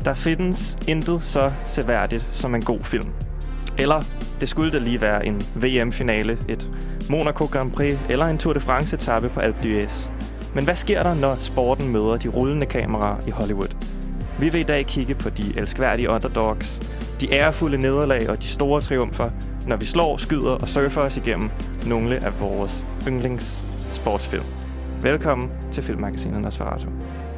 Der findes intet så seværdigt som en god film. Eller det skulle da lige være en VM-finale, et Monaco Grand Prix eller en Tour de France-etape på Alpe d'Huez. Men hvad sker der, når sporten møder de rullende kameraer i Hollywood? Vi vil i dag kigge på de elskværdige underdogs, de ærefulde nederlag og de store triumfer, når vi slår, skyder og surfer os igennem nogle af vores yndlingssportsfilm. Velkommen til Filmmagasinet Nosferatu.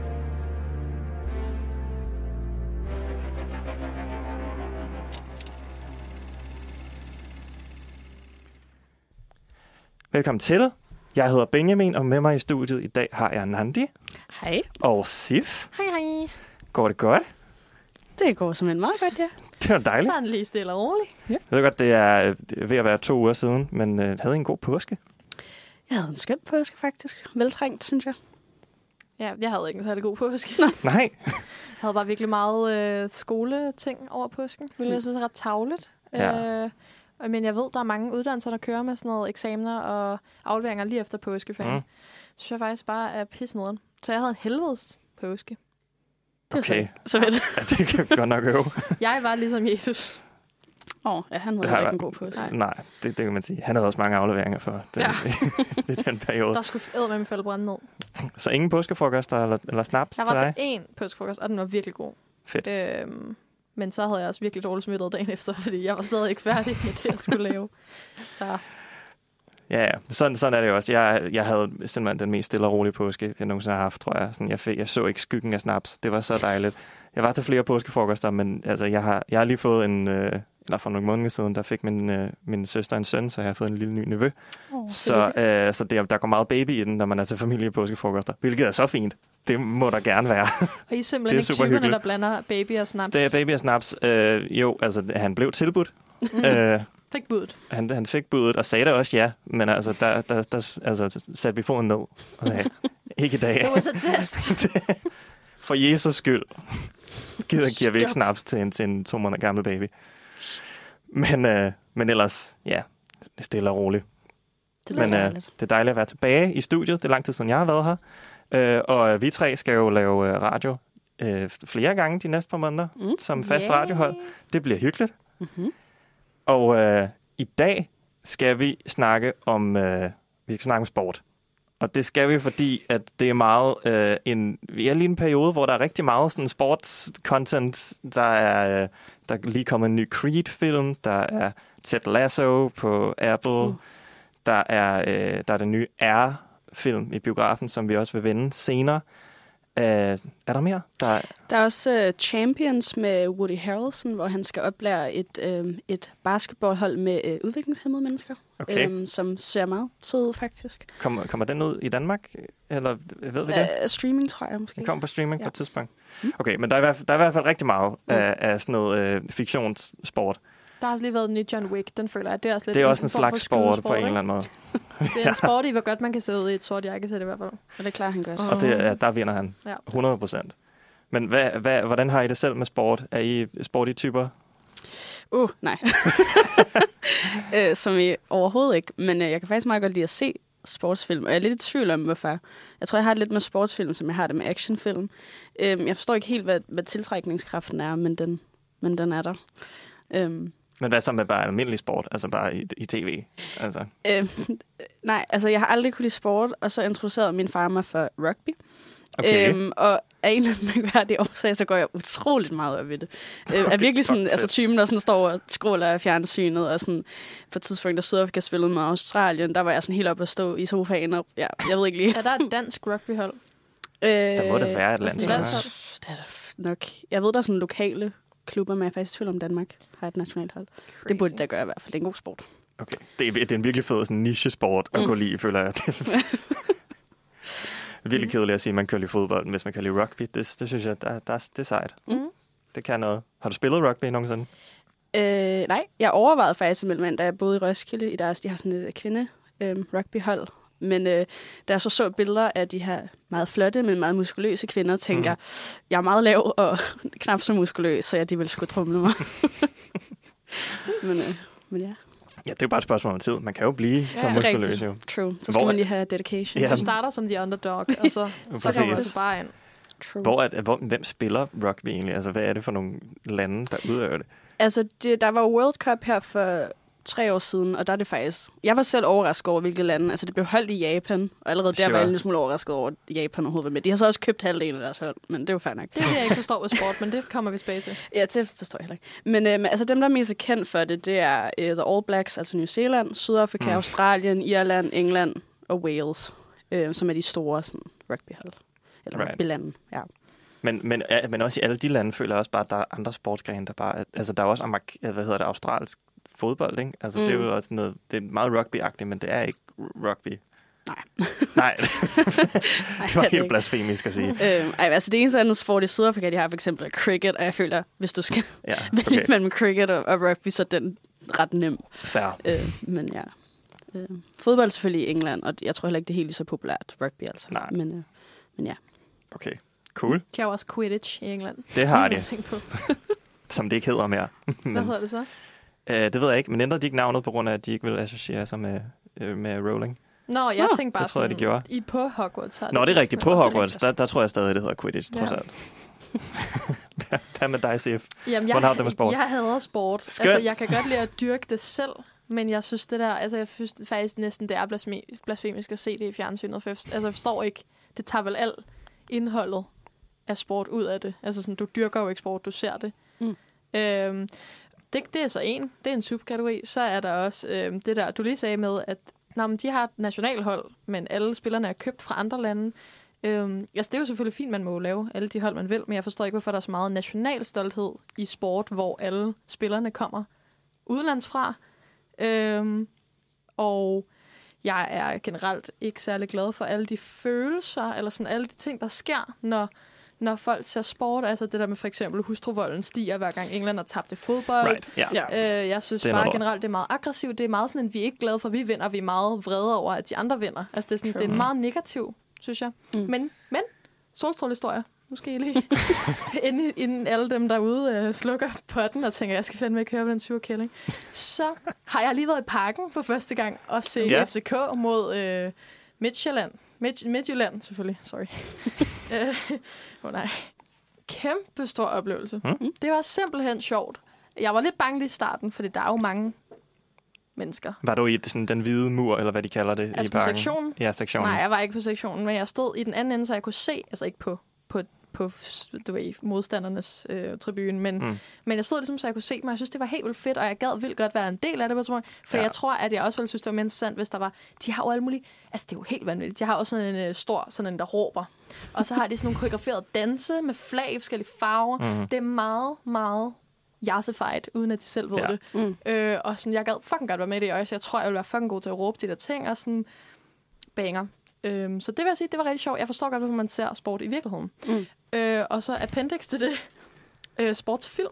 Velkommen til. Jeg hedder Benjamin, og med mig i studiet i dag har jeg Nandi. Hej. Og Sif. Hej, hej. Går det godt? Det går simpelthen meget godt, ja. Det var dejligt. Sådan lige stille og roligt. Ja. Jeg ved godt, det er ved at være 2 uger siden, men havde I en god påske? Jeg havde en skøn påske, faktisk. Veltrængt, synes jeg. Ja, jeg havde ikke en særlig god påske. Nej. Jeg havde bare virkelig meget skoleting over påsken, hvilket jeg synes er ret tarveligt. Ja. Men jeg ved, der er mange uddannelser, der kører med sådan noget eksamener og afleveringer lige efter påskeferien. Mm. Så synes jeg faktisk bare er pissenederen. Så jeg havde en helvedes påske. Okay. Så fedt. Ja, det kan jeg godt nok øve. Jeg var ligesom Jesus. Ja, han havde ikke en god påske. Nej, det kan man sige. Han havde også mange afleveringer for den periode. Der skulle med falde brænde ned. Så ingen påskefrokoster eller snaps Jeg til var dig? til 1 påskefrokost, og den var virkelig god. Fedt. Men så havde jeg også virkelig dårligt smittet dagen efter, fordi jeg var stadig ikke færdig med det, jeg skulle lave. Så Ja. Sådan er det jo også. Jeg havde simpelthen den mest stille og rolige påske, jeg nogensinde har haft, tror jeg. Sådan, jeg så ikke skyggen af snaps. Det var så dejligt. Jeg var til flere påskefrokoster, men altså, jeg har lige fået eller for nogle måneder siden, der fik min søster en søn, så jeg har fået en lille ny nevø. Så der går meget baby i den, når man er til familiepåskefrokoster, hvilket er så fint. Det må der gerne være. Og I er simpelthen ikke typerne, hyggeligt. der blander baby og snaps? Det er baby og snaps. Jo, altså han blev tilbudt. Fik budet. Han fik budet og sagde da også ja, men altså, der satte vi foden ned. Og sagde, ikke i dag. Det var så test. For Jesus skyld giver vi ikke snaps til en 2 måneder gammel baby. Men ellers, ja, stille og roligt. Det er det er dejligt at være tilbage i studiet. Det er lang tid siden, jeg har været her. Og vi 3 skal jo lave radio flere gange de næste par måneder som fast radiohold. Det bliver hyggeligt. Mm-hmm. Og i dag skal vi snakke om sport. Og det skal vi, fordi at det er meget vi er lige en periode, hvor der er rigtig meget sådan sports-content. Der er lige kommet en ny Creed-film. Der er Ted Lasso på Apple. Der er den nye R-film i biografen, som vi også vil vende senere. Er der mere? Der er også Champions med Woody Harrelson, hvor han skal oplære et basketballhold med udviklingshæmmede mennesker, som ser meget sød ud, faktisk. Kommer den ud i Danmark? Eller ved vi det? Streaming, tror jeg måske. Den kommer på streaming på et tidspunkt. Okay, men der er i hvert fald rigtig meget af sådan noget fiktionssport. Der har også lige været en ny John Wick. Den føler jeg, det er også lidt... Det er også en slags sport på en eller anden måde. Det er en sport i, hvor godt man kan se ud i et sort jakkesæt i hvert fald. Og det klarer han godt. Og der vinder han 100%. Men hvordan har I det selv med sport? Er I sporty-typer? Nej. Som I overhovedet ikke. Men jeg kan faktisk meget godt lide at se sportsfilm. Og jeg er lidt i tvivl om, hvorfor. Jeg tror, jeg har det lidt med sportsfilm, som jeg har det med actionfilm. Jeg forstår ikke helt, hvad tiltrækningskraften er, men den er der. Men hvad så med bare almindelig sport? Altså bare i tv? Altså. Nej, altså jeg har aldrig kunnet lide sport, og så introducerede min far mig for rugby. Okay. Og af en eller anden mærkværdig årsag, så går jeg utroligt meget op i det. Er virkelig sådan, altså typen, der sådan står og skråler af fjernsynet, og sådan på et tidspunkt, der Sydafrika spillede med Australien, der var jeg sådan helt op at stå i sofaen, og jeg ved ikke lige. Er der et dansk rugbyhold? Der må det være et landshold. Det er der nok. Jeg ved, der er sådan lokale klubber, men jeg er faktisk i tvivl om Danmark har et nationalt hold. Crazy. Det burde det da gøre i hvert fald. Det er en god sport. Okay. Det er en virkelig fed sådan niche-sport at gå lide, føler jeg. Det er virkelig kedeligt at sige, at man kan lide fodbold, men hvis man kan lide rugby, det synes jeg, det er sejt. Det kan noget. Har du spillet rugby nogensinde? Nej, jeg overvejede faktisk imellem, da jeg boede i Roskilde. De har sådan et kvinde-rugbyhold. Men da jeg så billeder af de her meget flotte, men meget muskuløse kvinder, tænker jeg er meget lav og knap så muskuløs, så de vil sgu trumle mig. men ja. Ja, det er jo bare et spørgsmål om tid. Man kan jo blive så muskuløs, jo. True. Så skal man lige have dedication. Ja. Du starter som the underdog, og så kommer du bare ind. True. Hvem spiller rugby egentlig? Altså, hvad er det for nogle lande, der udøver det? Altså, der var World Cup her for 3 år siden, og der er det faktisk... Jeg var selv overrasket over, hvilke lande. Altså, det blev holdt i Japan, og allerede der var jeg en lille smule overrasket over, at Japan overhovedet var med. De har så også købt halvdelen af deres hold, men det er jo fair nok. Det er det, jeg ikke forstår ved sport, men det kommer vi tilbage til. Ja, det forstår jeg heller ikke. Men altså, dem, der er mest kendt for det, det er The All Blacks, altså New Zealand, Sydafrika, Australien, Irland, England og Wales, som er de store sådan, rugbyhold. Eller rugby-lande, ja. Men også i alle de lande føler jeg også bare, at der er andre sportsgrene, der bare... Altså, der er også australsk fodbold, ikke? Altså, det er jo også noget... Det er meget rugby-agtigt, men det er ikke rugby. Nej. Det var helt blasfemisk at sige. Altså, det eneste andet sport i Sydafrika, de har for eksempel cricket, og jeg føler, hvis du skal vælge mellem cricket og rugby, så er den ret nem. Fair. Men ja. Fodbold er selvfølgelig i England, og jeg tror heller ikke, det er helt så populært rugby, altså. Nej. Men ja. Okay, cool. De har jo også Quidditch i England. Det har de. Som det ikke hedder mere. Hvad hedder det så? Det ved jeg ikke, men ændrede de ikke navnet på grund af, at de ikke vil associere sig med Rowling? Nå, jeg tænkte bare sådan, de gjorde. I på Hogwarts. Nå, det er rigtigt. På Hogwarts, der tror jeg stadig, det hedder Quidditch, trods alt. Hvad med dig, Sif? Jamen, jeg hader sport. Skønt. Altså, jeg kan godt lide at dyrke det selv, men jeg synes det der, altså jeg synes faktisk næsten, det er blasfemisk at se det i fjernsynet. For jeg forstår ikke, det tager vel alt indholdet af sport ud af det. Altså sådan, du dyrker jo ikke sport, du ser det. Det er så det er en subkategori. Så er der også det der, du lige sagde med, at de har et nationalhold, men alle spillerne er købt fra andre lande. Altså det er jo selvfølgelig fint, man må lave alle de hold, man vil, men jeg forstår ikke, hvorfor der er så meget nationalstolthed i sport, hvor alle spillerne kommer udenlands fra. Og jeg er generelt ikke særlig glad for alle de følelser, eller sådan alle de ting, der sker, når folk ser sport. Altså det der med for eksempel hustruvolden stiger, hver gang England har tabt det fodbold. Right. Yeah. Jeg synes bare generelt, det er meget aggressivt. Det er meget sådan, at vi er ikke glade for, at vi vinder. Vi er meget vrede over, at de andre vinder. Altså det er, sådan, det er meget negativt, synes jeg. Men solstrålehistorier. Nu skal I lige inden alle dem derude slukker potten og tænker, jeg skal fandme ikke høre på den sure kælling. Så har jeg lige været i parken for første gang og se FCK mod Midtjylland, selvfølgelig. Sorry. Nej. Kæmpe stor oplevelse. Det var simpelthen sjovt. Jeg var lidt bange lige i starten, fordi der er jo mange mennesker. Var du i sådan, den hvide mur, eller hvad de kalder det, altså i parken? På sektionen? Ja, sektionen. Nej, jeg var ikke på sektionen, men jeg stod i den anden ende, så jeg kunne se, altså ikke på du ved, modstandernes tribune, men jeg stod ligesom, så jeg kunne se dem, og jeg synes, det var helt vildt fedt, og jeg gad vildt godt være en del af det, for jeg tror, at jeg også ville synes, det var mere interessant, hvis der var, de har jo alle mulige, altså det er jo helt vanvittigt, de har også sådan en stor, sådan en, der råber, og så har de sådan nogle koreograferede danse med flag i forskellige farver. Det er meget, meget jazzefejt, uden at de selv ved det. Og sådan, jeg gad fucking godt være med i det, og jeg tror, jeg ville være fucking god til at råbe de der ting, og sådan banger. Så det vil jeg sige, det var rigtig sjovt. Jeg forstår godt, hvorfor man ser sport i virkeligheden. Og så appendix til det. Sportsfilm.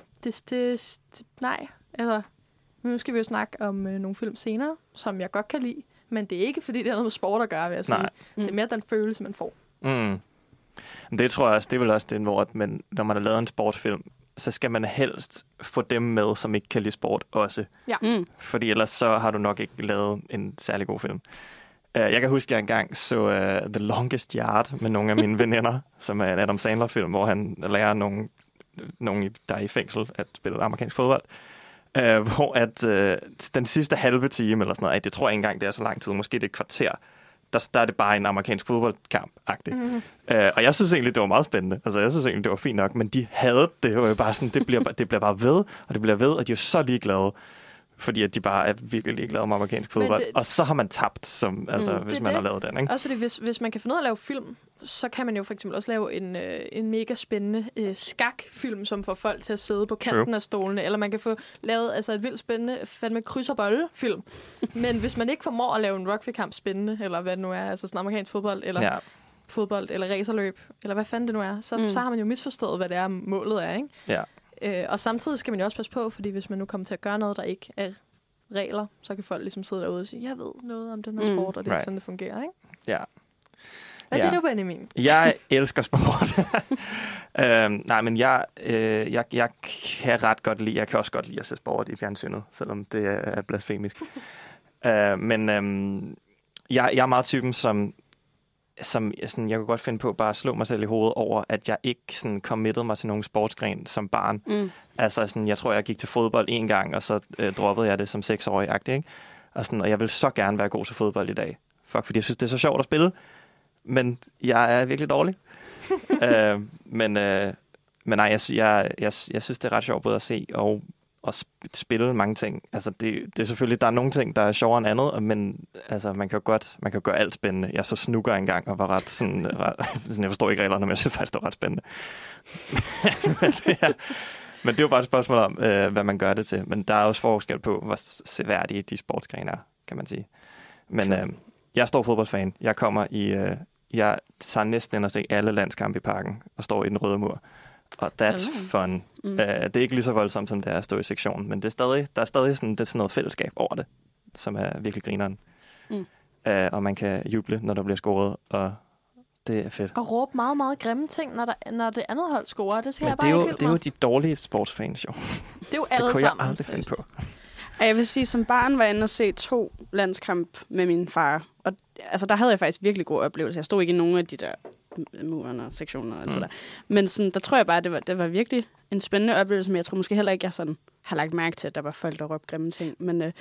Nej. Altså, nu skal vi jo snakke om nogle film senere, som jeg godt kan lide. Men det er ikke, fordi det er noget med sport at gøre, vil jeg sige. Det er mere den følelse, man får. Det tror jeg også, det er vel også det, hvor man, når man har lavet en sportsfilm, så skal man helst få dem med, som ikke kan lide sport også. Ja. Fordi ellers så har du nok ikke lavet en særlig god film. Jeg kan huske, at jeg engang så The Longest Yard med nogle af mine veninder, som er en Adam Sandler-film, hvor han lærer nogen, der er i fængsel, at spille amerikansk fodbold. Hvor at den sidste halve time, eller sådan noget, det tror jeg ikke engang, det er så lang tid, måske det er et kvarter, der er det bare en amerikansk fodboldkamp-agtig. Og jeg synes egentlig, det var meget spændende. Altså, jeg synes egentlig, det var fint nok, men de havde det. Det var jo bare sådan, det bliver bare ved, og det bliver ved, og de er så ligeglade. Fordi at de bare er virkelig ligeglade om amerikansk fodbold. Og så har man tabt, hvis man har lavet den. Ikke? Også fordi, hvis man kan finde ud af at lave film, så kan man jo for eksempel også lave en mega spændende skakfilm, som får folk til at sidde på kanten af stolene. Eller man kan få lavet et vildt spændende fandme kryds- og bolle-film. Men hvis man ikke formår at lave en rugbykamp spændende, eller hvad det nu er, altså sådan amerikansk fodbold, eller fodbold, eller racerløb, eller hvad fanden det nu er, så har man jo misforstået, hvad det er, målet er, ikke? Ja. Og samtidig skal man jo også passe på, fordi hvis man nu kommer til at gøre noget, der ikke er regler, så kan folk ligesom sidde derude og sige, jeg ved noget om den her sport, og det er sådan, det fungerer, ikke? Ja. Hvad siger du, Benjamin? Jeg elsker sport. Nej, men jeg kan ret godt lide, jeg kan også godt lide at se sport i fjernsynet, selvom det er blasfemisk. Men jeg er meget typen, som som sådan, jeg kunne godt finde på bare at slå mig selv i hovedet over, at jeg ikke sådan committede mig til nogen sportsgren som barn. Altså, sådan, jeg tror, jeg gik til fodbold 1 gang, og så droppede jeg det som 6-årig-agtig, ikke? Og jeg vil så gerne være god til fodbold i dag. Fordi jeg synes, det er så sjovt at spille. Men jeg er virkelig dårlig. Men nej, jeg synes, det er ret sjovt både at se og spille mange ting. Altså, det er selvfølgelig, der er nogle ting, der er sjovere end andet, men altså, man kan jo gøre alt spændende. Jeg så snooker engang og var ret sådan, jeg forstår ikke reglerne, men jeg synes faktisk, det var ret spændende. Men det er jo bare et spørgsmål om, hvad man gør det til. Men der er også forskel på, hvor seværdige de sportsgrene er, kan man sige. Men jeg er stor fodboldfan. Jeg tager næsten ind og se alle landskampe i parken og står i den røde mur. Og that's fun. Det er ikke lige så voldsomt, som det er at stå i sektionen, men der er stadig sådan noget fællesskab over det, som er virkelig grineren. Og man kan juble, når der bliver scoret, og det er fedt. Og råbe meget, meget grimme ting, når det andet hold scorer. Det skal jeg bare ikke det er jo de dårlige sportsfans, jo. Det er jo alle sammen. Det kunne jeg aldrig finde på. Og jeg vil sige, som barn var jeg inde og se 2 landskamp med min far. Og altså, der havde jeg faktisk virkelig god oplevelse. Jeg stod ikke i nogen af de der muren og sektioner og det der. Men sådan, der tror jeg bare, det var virkelig en spændende oplevelse, men jeg tror måske heller ikke, jeg sådan har lagt mærke til, at der var folk, der råbte grimme ting. Men, nej,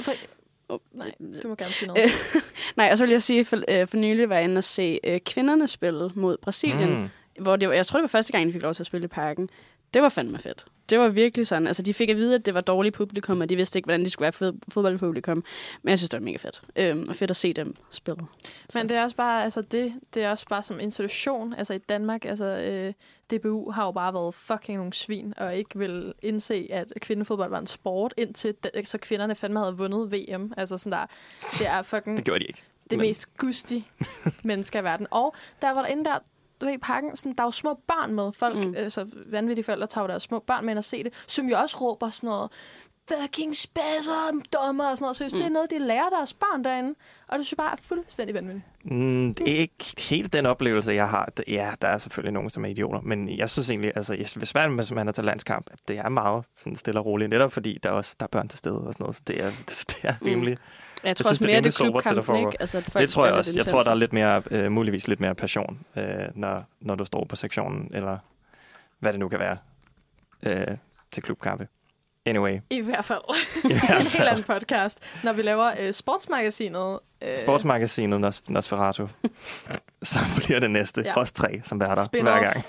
du må gerne sige noget. Nej, og så vil jeg sige, for nylig var jeg inde og se kvinderne spille mod Brasilien, hvor jeg tror, det var første gang, de fik lov til at spille i parken. Det var fandme fedt. Det var virkelig sådan. Altså, de fik at vide, at det var dårligt publikum, og de vidste ikke, hvordan de skulle være fodboldpublikum. Men jeg synes, det var mega fedt. Og fedt at se dem spille. Så. Men det er også bare, altså det er også bare som institution. Altså i Danmark, altså DBU har jo bare været fucking nogle svin, og ikke vil indse, at kvindefodbold var en sport, indtil så kvinderne fandme havde vundet VM. Altså sådan der, det er fucking... Det gjorde de ikke. Det mest gustige mennesker i verden. Og der var der inde der, du ved, i parken, sådan, der er jo små børn med. Folk, så vanvittige forældre tager deres små børn med ind og se det, som jo også råber sådan noget, fucking spasser, dommer og sådan noget. Så det er noget, de lærer deres børn derinde. Og det synes jeg bare er fuldstændig vanvittigt. Det er ikke helt den oplevelse, jeg har. Ja, der er selvfølgelig nogen, som er idioter. Men jeg synes egentlig, altså, hvis man er til landskamp, at det er meget sådan stille og roligt. Netop fordi der er børn til stede og sådan noget. Så det er rimelig... Jeg tror også mere, det er klubkampen, ikke? Altså, det tror jeg også. Jeg tror, der er lidt mere, muligvis lidt mere passion, når du står på sektionen, eller hvad det nu kan være, til klubkampe. Anyway. I hvert fald. En helt anden podcast. Når vi laver sportsmagasinet. Sportsmagasinet Nosferatu. Så bliver det næste. Os 3, som er der Spin-off. hver gang.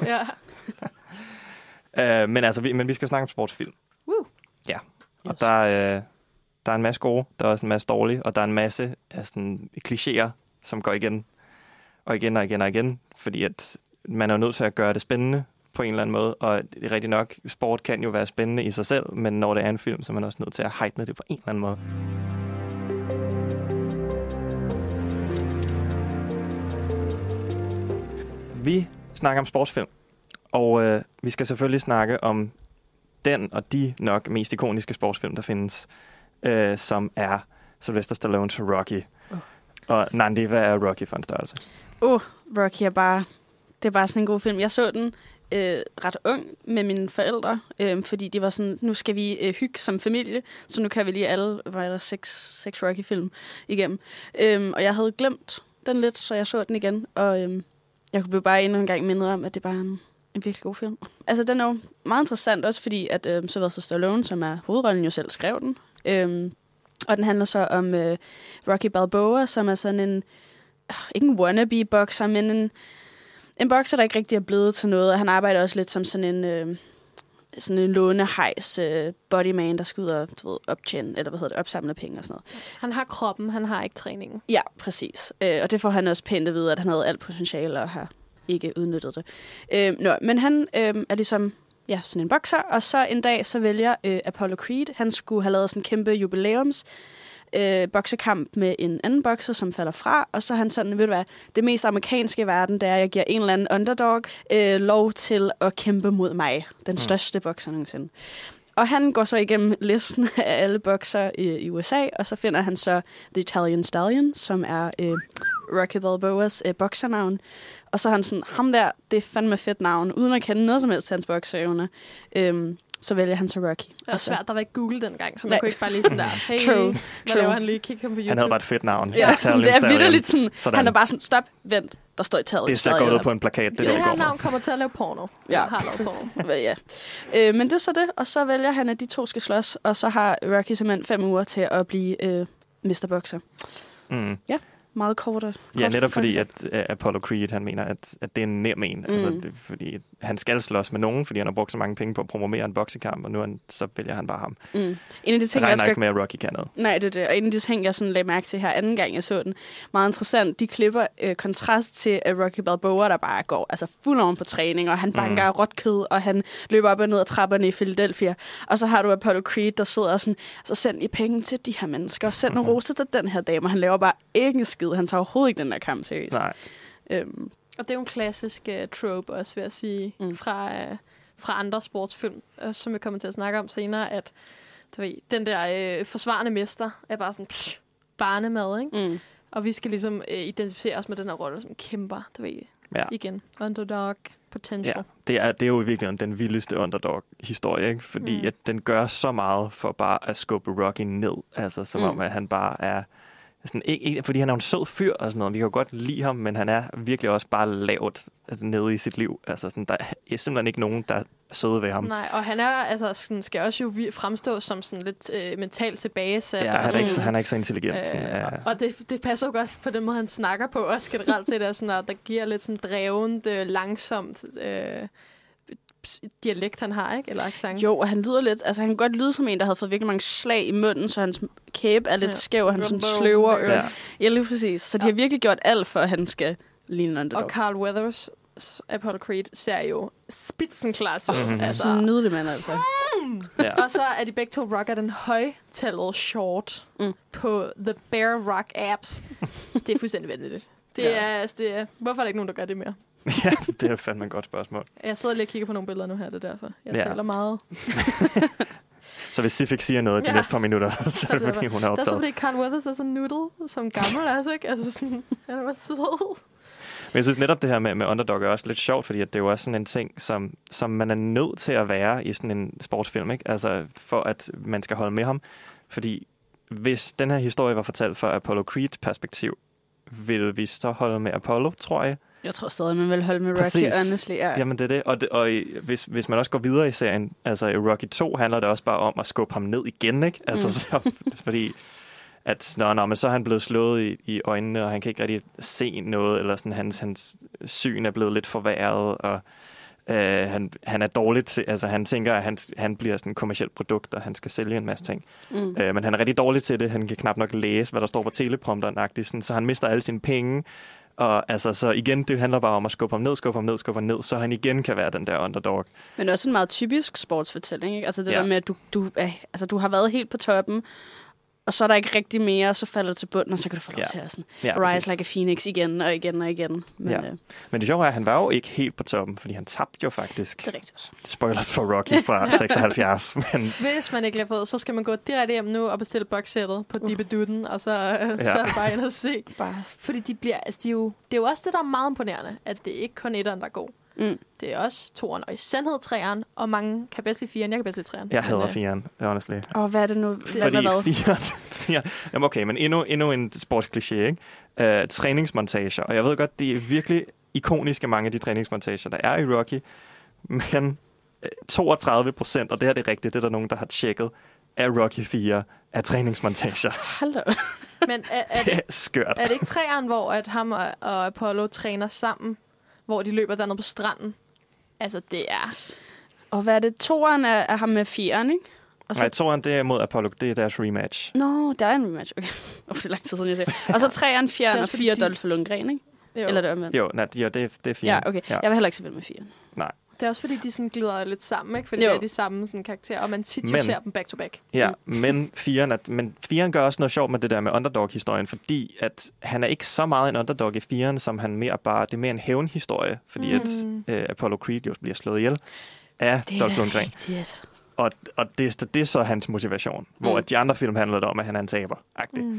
Ja. Men vi skal snakke om sportsfilm. Ja. Og Yes. der er en masse gode, der er også en masse dårlige, og der er en masse af sådan klichéer, som går igen og igen og igen og igen, fordi at man er jo nødt til at gøre det spændende på en eller anden måde, og rigtig nok, sport kan jo være spændende i sig selv, men når det er en film, så er man også nødt til at heightne det på en eller anden måde. Vi snakker om sportsfilm, og vi skal selvfølgelig snakke om den og de nok mest ikoniske sportsfilm, der findes, som er Sylvester Stallones Rocky. Og Nandi, hvad er Rocky for en størrelse? Rocky er bare sådan en god film. Jeg så den ret ung med mine forældre, fordi de var sådan, nu skal vi hygge som familie, så nu kan vi lige alle, var der 6 Rocky-film igennem. Og jeg havde glemt den lidt, så jeg så den igen, og jeg kunne bare endnu en gang mindet om, at det bare er en virkelig god film. Altså, den er jo meget interessant, også fordi, at Sylvester Stallone, som er hovedrollen, jo selv skrev den. Og den handler så om Rocky Balboa, som er sådan en, ikke en wannabe-bokser, men en bokser, der ikke rigtig er blevet til noget. Og han arbejder også lidt som sådan en lånehejs bodyman, der skal ud og opsamle penge og sådan noget. Han har kroppen, han har ikke træningen. Ja, præcis. Og det får han også pænt at vide, at han havde alt potentiale og har ikke udnyttet det. Men han er ligesom sådan en bokser, og så en dag så vælger Apollo Creed, han skulle have lavet sådan en kæmpe jubilæums boksekamp med en anden bokser, som falder fra, og så er han sådan, ved du hvad, det mest amerikanske i verden, det er, at jeg giver en eller anden underdog lov til at kæmpe mod mig, den største bokser nogensinde. Og han går så igennem listen af alle bokser i USA, og så finder han så The Italian Stallion, som er Rocky Balboas boksernavn. Og så er han sådan, ham der, det er fandme fedt navn, uden at kende noget som helst til hans bokserevne. så vælger han så Rocky. Det var svært, der var ikke Google dengang, så man kunne ikke bare lige sådan der, hey, hvad laver han lige? Kigge ham på YouTube. Han havde bare et fedt navn. Ja, det er vitterligt sådan, han er bare sådan, stop, vent, der står i taget. Det ser godt ud på en plakat. Det her navn kommer til at lave porno. Ja. Har lavet porno. Ja. Men det er så det, og så vælger han, at de to skal slås, og så har Rocky simpelthen 5 uger til at blive Mr. Boxer. Ja. Meget korte. Ja, netop fordi, at Apollo Creed, han mener, at det er en nem en. Altså, fordi han skal slås med nogen, fordi han har brugt så mange penge på at promovere en boksekamp, og nu så vælger han bare ham. En af de ting, jeg regner ikke med, at Rocky kan noget. Nej, det er det. Og en af de ting, jeg sådan lagde mærke til her anden gang, jeg så den, meget interessant, de klipper kontrast til Rocky Balboa, der bare går altså fuld oven på træning, og han banker råt kød, og han løber op og ned ad trapperne i Philadelphia. Og så har du Apollo Creed, der sidder sådan, så send I penge til de her mennesker, og send nogle roser til den her dame, og han laver bare ikke en skid. Han tager overhovedet ikke den der kamp seriøst. Nej. Og det er jo en klassisk trope også, vil jeg sige, fra andre sportsfilm, som vi kommer til at snakke om senere, at den der forsvarende mester er bare sådan barnemad, ikke? Og vi skal ligesom identificere os med den her rolle som kæmper, igen. Underdog, potential. Ja, det er jo i virkeligheden den vildeste underdog-historie, ikke? Fordi at den gør så meget for bare at skubbe Rocky ned. Altså som om, at han bare er sådan, ikke, fordi han er en sød fyr og sådan noget. Vi kan jo godt lide ham, men han er virkelig også bare lavt nede i sit liv. Altså sådan, der er simpelthen ikke nogen, der er søde ved ham. Nej, og han er altså sådan, skal også jo fremstå som sådan lidt mentalt tilbagesat. Ja, han er ikke så intelligent. Og det passer jo godt på den måde, han snakker på. Også generelt til det, sådan, at der giver lidt sådan drevent, langsomt dialekt, han har, ikke? Eller accent. Jo, og han lyder lidt, altså han kan godt lyde som en, der havde fået virkelig mange slag i munden, så hans kæbe er lidt skæv, og han sådan sløver øre. Ja, lige præcis. Så de har virkelig gjort alt, for at han skal ligne en underdog. Og Carl Weathers Apollo Creed ser jo spitzenklasse ud. Altså. Sådan en nydelig mand, altså. Og så er de begge to rocker den højtallede short på The Bear Rock apps. Det er fuldstændig vanvittigt. Det er, hvorfor er der ikke nogen, der gør det mere? Ja, det er fandme et godt spørgsmål. Jeg sidder lige og kigger på nogle billeder nu her, det er derfor. Jeg taler meget. Så hvis Sifik siger noget de næste par minutter, så er det fordi, hun er optaget. Det er så fordi Carl Weathers er sådan noodle, som gammel, altså ikke? Altså sådan, han var sød. Men jeg synes netop det her med underdog er også lidt sjovt, fordi at det er jo også sådan en ting, som man er nødt til at være i sådan en sportsfilm, ikke? Altså for at man skal holde med ham. Fordi hvis den her historie var fortalt fra Apollo Creeds perspektiv, vil vi så holde med Apollo, tror jeg. Jeg tror stadig, man vil holde med Rocky, honestly. Ja. Jamen, det er det. Og hvis man også går videre i serien, altså i Rocky 2 handler det også bare om at skubbe ham ned igen, ikke? Altså, fordi at men så er han blevet slået i øjnene, og han kan ikke rigtig se noget, eller sådan hans syn er blevet lidt forværret, og han er dårligt til, altså han tænker, at han bliver sådan et kommercielt produkt, og han skal sælge en masse ting. Men han er rigtig dårlig til det. Han kan knap nok læse, hvad der står på teleprompteren-agtigt, så han mister alle sine penge. Og altså, så igen, det handler bare om at skubbe ham ned, så han igen kan være den der underdog. Men også en meget typisk sportsfortælling, ikke? Altså det der med, at du har været helt på toppen, og så er der ikke rigtig mere, så falder du til bunden, og så kan du få lov til at sådan, rise like a phoenix igen og igen og igen. Men det sjove er, at han var jo ikke helt på toppen, fordi han tabte jo faktisk. Det er rigtigt. Spoilers for Rocky fra 76. Men hvis man ikke har fået, så skal man gå direkte hjem nu og bestille boxsættet på Dibeduden, og så er det bare ind og se. Fordi de bliver, altså det er jo også det, der er meget imponerende, at det ikke kun etteren, der er god. Det er også toeren, og i sandhed træeren, og mange kan bedst lide firen. Jeg kan bedst lide træeren. Jeg hader firen, honestly. Og hvad er det nu? Fordi firen. Jamen okay, men endnu en sportskliché, ikke? Træningsmontager, og jeg ved godt, det er virkelig ikoniske mange af de træningsmontager, der er i Rocky, men 32%, og det her det er rigtigt, det er der nogen, der har tjekket, af Rocky 4 af træningsmontager. Hallo. Men det er skørt. Er det ikke træeren, hvor at ham og Apollo træner sammen, hvor de løber dernede på stranden? Altså, det er... Og hvad er det? Toeren er ham med fireren, ikke? Og så... Nej, toeren, det er mod Apollo. Det er deres rematch. Nå, der er en rematch. Okay. Det er lang tid siden, jeg ser. Og så træeren, fjeren og 4 Dolph Lundgren, ikke? Jo. Eller det omvendt? Jo, det er fire. Ja, okay. Ja. Jeg vil heller ikke se vel med fireren. Nej. Det er også fordi, de sådan glider lidt sammen, ikke? Fordi det er de samme sådan, karakterer, og man tit jo ser dem back to back. Ja, men fireren gør også noget sjovt med det der med underdog-historien, fordi at han er ikke så meget en underdog i fireren, som han mere bare, det er mere en hævnhistorie, fordi at Apollo Creed jo bliver slået ihjel af Dolph Lundgren. Og det er så hans motivation, hvor at de andre film handler om, at han er en taber-agtig.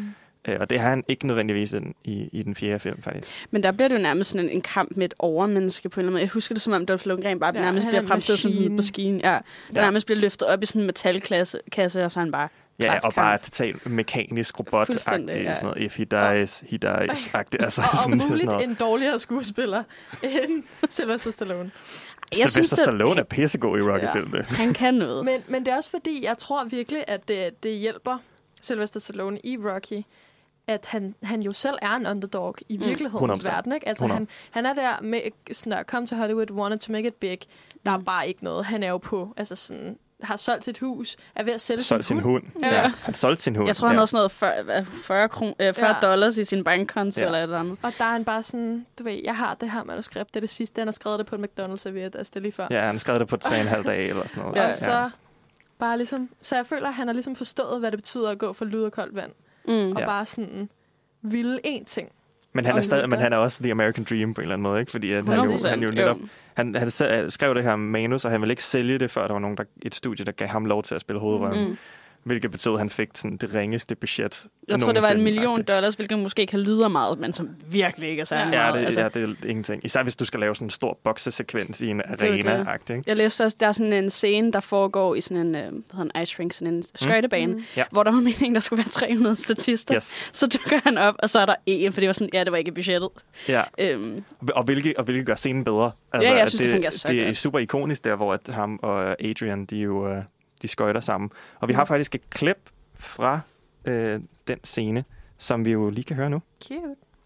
Og det har han ikke nødvendigvis i den 4. film, faktisk. Men der bliver det jo nærmest sådan en kamp med et overmenneske på en eller anden måde. Jeg husker det, som om Dolph Lundgren bare nærmest bliver fremstillet som en maskine. Ja, der nærmest bliver løftet op i sådan en metalkasse, og så han bare... Ja, og bare totalt mekanisk robot-agtig. Sådan noget, if he dies, he dies-agtigt. Altså, og muligt en dårligere skuespiller end Sylvester Stallone. Sylvester Stallone er pissegod i Rocky-filmene. Han kan noget. Men det er også fordi, jeg tror virkelig, at det hjælper Sylvester Stallone i Rocky, at han jo selv er en underdog i virkelighedens verden. Ikke? Altså, han er der med sådan der, come to Hollywood, wanted to make it big. Der er bare ikke noget. Han er jo på, altså sådan... har solgt sit hus, er ved at sælge sin hund. Ja. Han solgte sin hund. Jeg tror, han havde sådan noget $40 i sin bankkonto eller et eller andet. Og der er han bare sådan, du ved, jeg har det her manuskript, det er det sidste. Han har skrevet det på en McDonald's-serviet, altså det lige før. Ja, han har skrevet det på 3,5 dage eller sådan noget. Og så bare ligesom, så jeg føler, at han har ligesom forstået, hvad det betyder at gå fra lyd og koldt vand. Og bare sådan ville én ting. Men han er også the American Dream på en eller anden måde, ikke? Fordi han jo netop... Han skrev det her manus, og han ville ikke sælge det, før der var et studie, der gav ham lov til at spille hovedrollen. Hvilket betød, at han fik sådan det ringeste budget. Jeg tror, det var $1 million, hvilket måske kan lyde meget, men som virkelig ikke er særlig meget. Ja, det er ingenting. Især hvis du skal lave sådan en stor boksesekvens i en arena-agtig. Jeg læste også, der er sådan en scene, der foregår i sådan en ice rink, sådan en skøjtebane, hvor der var meningen, der skulle være 300 statister. Yes. Så dukker han op, og så er der en, for det var sådan, det var ikke budgettet. Ja. Og hvilket gør scenen bedre. Altså, jeg synes, det fungerer så det er super ikonisk der, hvor at ham og Adrian, de skøjter sammen. Og vi har faktisk et klip fra den scene, som vi jo lige kan høre nu. Cute.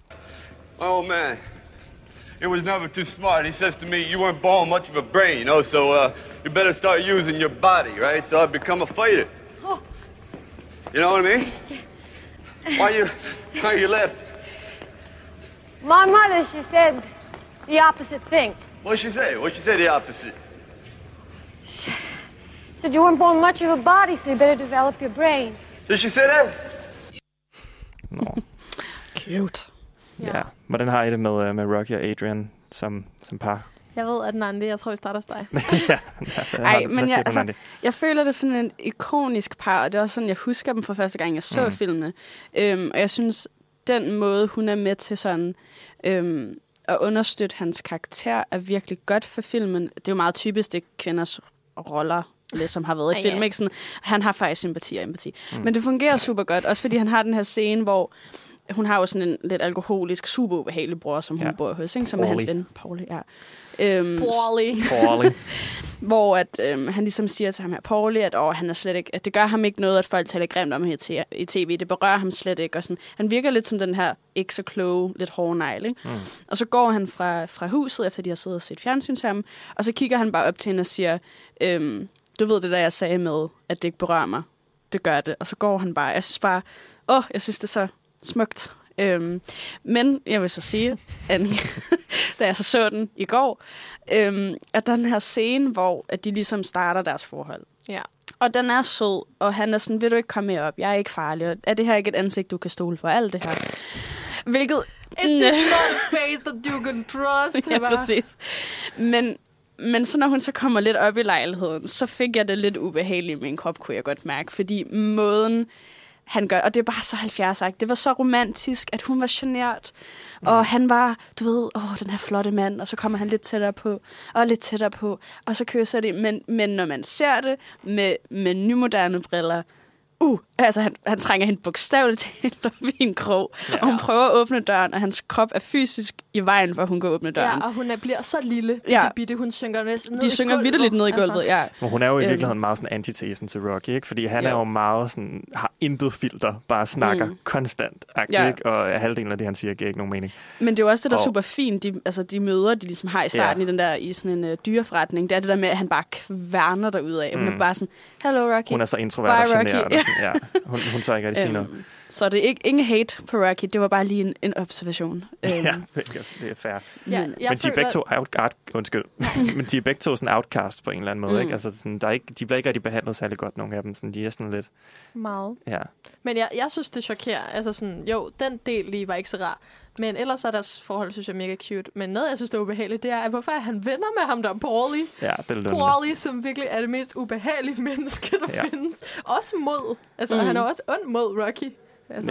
Oh, man. It was never too smart. He says to me, you weren't born much of a brain, so you better start using your body, right? So I become a fighter. Oh. You know what I mean? Why are you laughing? My mother, she said the opposite thing. What'd she say? What'd she say the opposite? She said you weren't born much of a body, so you better develop your brain. Did she say that? Nå. Cute. Ja. Hvordan har I det med Rocky og Adrian som par? Jeg ved, at Nandi, jeg tror, vi starter hos dig. Jeg føler, det er sådan en ikonisk par, og det er også sådan, jeg husker dem fra første gang, jeg så filmene. Og jeg synes, den måde, hun er med til sådan... at understøtte hans karakter er virkelig godt for filmen. Det er jo meget typisk, det kvinders roller, som har været i film. Ikke? Sådan, han har faktisk sympati og empati. Men det fungerer super godt, også fordi han har den her scene, hvor hun har jo sådan en lidt alkoholisk, super ubehagelig bror, som hun bor hos, ikke? Som er hans ven, Paulie. Ja. Paulie. Hvor at, han ligesom siger til ham her, Paulie, at han er slet ikke, at det gør ham ikke noget, at folk taler grimt om her i tv. Det berører ham slet ikke. Og sådan, han virker lidt som den her ikke så kloge, lidt hårde negl, ikke? Og så går han fra huset, efter de har siddet og set fjernsyn sammen, og så kigger han bare op til hende og siger, du ved det der, jeg sagde med, at det ikke berører mig. Det gør det. Og så går han bare. Jeg synes bare, jeg synes det er så smukt. Men jeg vil så sige, at da jeg så den i går, at der er den her scene, hvor at de ligesom starter deres forhold. Ja. Og den er sød, og han er sådan, vil du ikke komme med op? Jeg er ikke farlig. Og er det her ikke et ansigt, du kan stole på? Alt det her. Hvilket... It's not a face that you can trust. Ja, præcis. Men så når hun så kommer lidt op i lejligheden, så fik jeg det lidt ubehageligt i min krop, kunne jeg godt mærke. Fordi måden... han gør, og det er bare så 70'er. Det var så romantisk, at hun var genert, og han var, du ved, den her flotte mand, og så kommer han lidt tættere på, og så kysser det. Men når man ser det med nymoderne briller, altså han trænger hende bogstaveligt talt op i en krog, og hun prøver at åbne døren, og hans krop er fysisk i vejen, for hun kan åbne døren. Ja, og hun bliver så lille, bitte, hun synker næsten ned i gulvet. De synker vitterligt ned i gulvet, ja. Men hun er jo i virkeligheden meget sådan antitesen til Rocky, ikke? Fordi han er jo meget sådan, har intet filter, bare snakker konstant, ikke? Og halvdelen af det, han siger, giver ikke nogen mening. Men det er jo også det, der er super fint, de møder, de ligesom har i starten i sådan en dyreforretning, det er det der med, at han bare kværner derudad. Hun er bare sådan, hello Rocky. Hun er så introvert og generet. Ja. Hun tør ikke rigtig sige noget. Så det er ikke ingen hate på Rocky, det var bare lige en observation. Ja, det er fair. Men de er begge to men de er begge to sådan outcast på en eller anden måde, ikke? Altså sådan, de bliver ikke rigtig behandlet særlig godt, nogle af dem. Sådan, de er sådan lidt... Meget. Ja. Men jeg synes, det chokerer. Altså sådan, den del lige var ikke så rar. Men ellers er deres forhold, synes jeg, mega cute. Men noget, jeg synes, det er ubehageligt, det er, at hvorfor er han venner med ham der, Paulie? Ja, det er Paulie, som virkelig er det mest ubehagelige menneske, der findes. Også mod. Altså, han er også ond mod Rocky. Altså. Ja.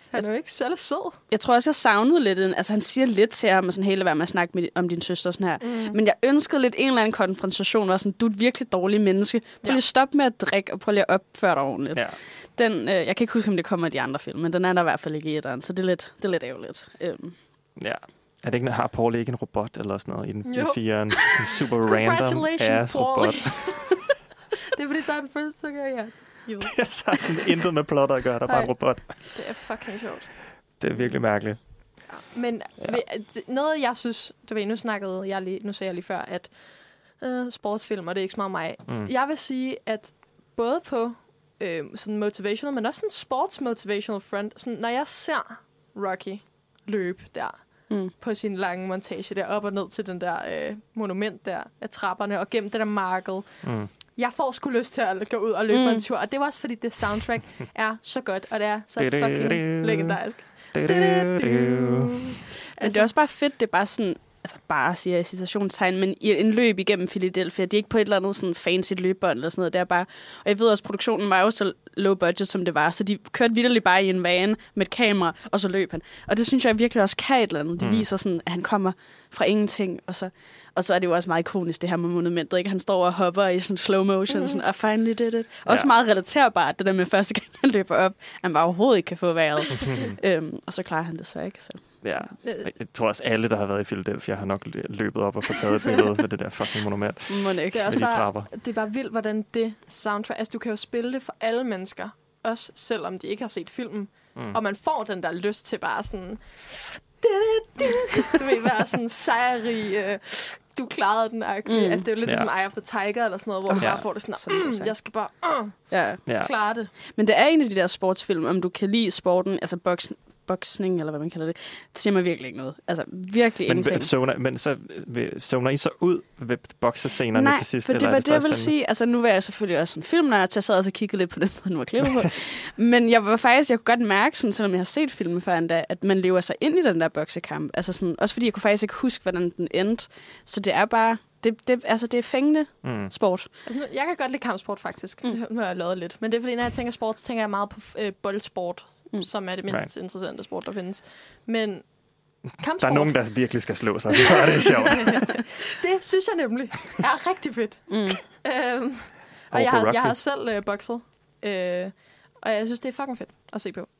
Han er jo ikke særlig sød. Jeg tror også, jeg savnede lidt altså han siger lidt til ham, og sådan hele værd med at snakke om din søster sådan her. Men jeg ønskede lidt en eller anden konfrontation, var sådan, du er et virkelig dårlig menneske. Prøv lige at stoppe med at drikke, og prøv lige at opføre dig ordentligt. Ja. Den, jeg kan ikke huske, om det kommer i de andre film, men den er der i hvert fald ikke i etteren, så det er lidt ærgerligt. Ja. Er det ikke, har Paul ikke en robot eller sådan noget i den fireren? Sådan en super random ass robot. Det er fordi, så er den første, så gør jeg. Jo. Det er sådan intet med plot at gøre, der er bare en robot. Det er fucking sjovt. Det er virkelig mærkeligt. Ja. Men noget, jeg synes, nu sagde jeg lige før, at sportsfilm, og det er ikke så meget mig. Jeg vil sige, at både på sådan motivational, men også sådan sports motivational front, sådan, når jeg ser Rocky løbe der, på sin lange montage der, op og ned til den der monument der af trapperne, og gennem det der marked. Jeg får sgu lyst til at gå ud og løbe en tur, og det var også fordi, det soundtrack er så godt, og det er så fucking legendarisk. Men det er også bare fedt, det er bare sådan, altså bare siger jeg citationstegn, men i en løb igennem Philadelphia, det er ikke på et eller andet sådan fancy løbebånd eller sådan noget, det er bare, og jeg ved også, produktionen var jo så low budget, som det var, så de kørte vitterligt bare i en van med et kamera, og så løb han. Og det synes jeg virkelig også kan et eller andet. Det viser sådan, at han kommer fra ingenting, og så er det jo også meget ikonisk, det her med monumentet, ikke? Han står og hopper i sådan slow motion, sådan, I finally did it. Også meget relaterbart, det der med første gang, han løber op, han bare overhovedet ikke kan få vejret. Og så klarer han det så, ikke? Så. Ja, jeg tror også alle, der har været i Philadelphia, har nok løbet op og fået taget et billede med det der fucking monument. Det er også bare vildt, hvordan det soundtrack, altså du kan jo spille det for alle mennesker, også selvom de ikke har set filmen, og man får den der lyst til bare sådan, du vil være sådan sejrig, du klarede den. Altså det er jo lidt ligesom Eye of the Tiger eller sådan noget, hvor du bare får det sådan, jeg skal bare klare det. Men det er en af de der sportsfilm, om du kan lide sporten, altså boksning, eller hvad man kalder det, det siger mig virkelig ikke noget. Altså, virkelig ingenting. Men så zoner I så ud ved boksescenerne til sidst? Nej, for det var det, jeg ville sige. Altså, nu var jeg selvfølgelig også en filmnørd, så jeg sad og kiggede lidt på den, den var klippet på. Men jeg kunne godt mærke, sådan, selvom jeg har set filmen før endda, at man lever sig ind i den der boksekamp. Altså sådan, også fordi jeg kunne faktisk ikke huske, hvordan den endte. Så det er bare... det er fængende sport. Altså, jeg kan godt lide kampsport, faktisk. Nu har jeg lavet lidt. Men det er fordi, når jeg tænker sport, så tænker jeg meget på boldsport, som er det mindst interessante sport, der findes. Men kampsport... Der er nogen, der virkelig skal slå sig. Det er sjovt. Det synes jeg nemlig er rigtig fedt. Og jeg har selv bokset. Og jeg synes, det er fucking fedt at se på.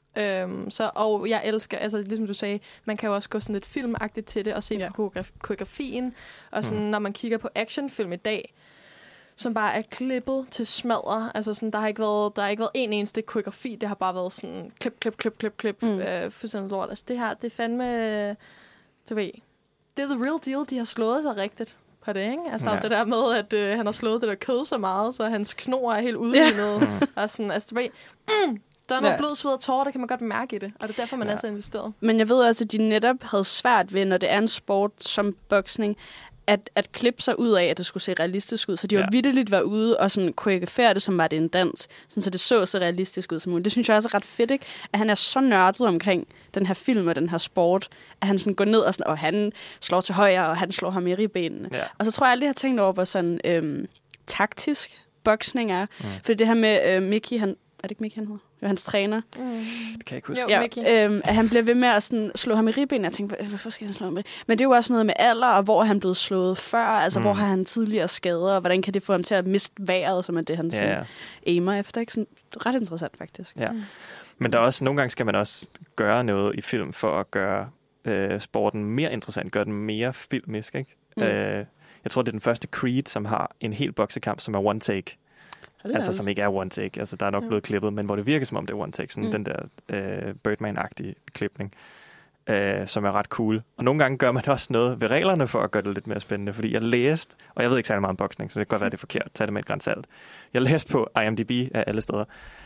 Og jeg elsker, altså ligesom du sagde, man kan jo også gå sådan lidt filmagtigt til det og se på koreografien. Og sådan, når man kigger på actionfilm i dag, som bare er klippet til smadre. Altså sådan, der har ikke været en eneste koreografi. Det har bare været sådan klip. Fuldstændig lort. Altså det her, det er fandme, du ved, det er the real deal. De har slået sig rigtigt på det, ikke? Altså det der med, at han har slået det der kød så meget, så hans knor er helt udlignet. Og sådan, altså du ved, der er noget blod, sved og tårer, det kan man godt mærke i det. Og det er derfor, man er så investeret. Men jeg ved også, at de netop havde svært ved, når det er en sport som boksning, at klippe sig ud af, at det skulle se realistisk ud. Så de var vitterligt var ude og sådan koreografere det, som var det en dans, sådan, så det så realistisk ud som muligt. Det synes jeg også er ret fedt, ikke? At han er så nørdet omkring den her film og den her sport, at han sådan går ned og, sådan, og han slår til højre, og han slår ham i ribbenene. Ja. Og så tror jeg aldrig, jeg har tænkt over, hvor sådan taktisk boksning er. For det her med Mickey, er det ikke Mickey, han hedder? Det var hans træner. Det kan jeg ikke huske. At han blev ved med at sådan, slå ham i ribbenene. Jeg tænkte, hvorfor skal han slå ham i? Men det er jo også noget med alder, og hvor han blev slået før. Altså, hvor har han tidligere skader, og hvordan kan det få ham til at miste vejret, som er det, han sådan, aimer efter. Ikke? Sådan, ret interessant, faktisk. Ja. Men der er også, nogle gange skal man også gøre noget i film, for at gøre sporten mere interessant, gøre den mere filmisk. Ikke? Jeg tror, det er den første Creed, som har en hel boksekamp, som er one take. Altså, som ikke er one take. Altså, der er nok blevet klippet, men hvor det virker, som om det er one take. Sådan den der Birdman-agtige klipning, som er ret cool. Og nogle gange gør man også noget ved reglerne for at gøre det lidt mere spændende, fordi jeg læste, og jeg ved ikke særlig meget om boksning, så det kan godt være, det er forkert. Tag det med et gran salt. Jeg læste på IMDb af alle steder,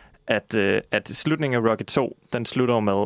at slutningen af Rocky 2, den slutter med,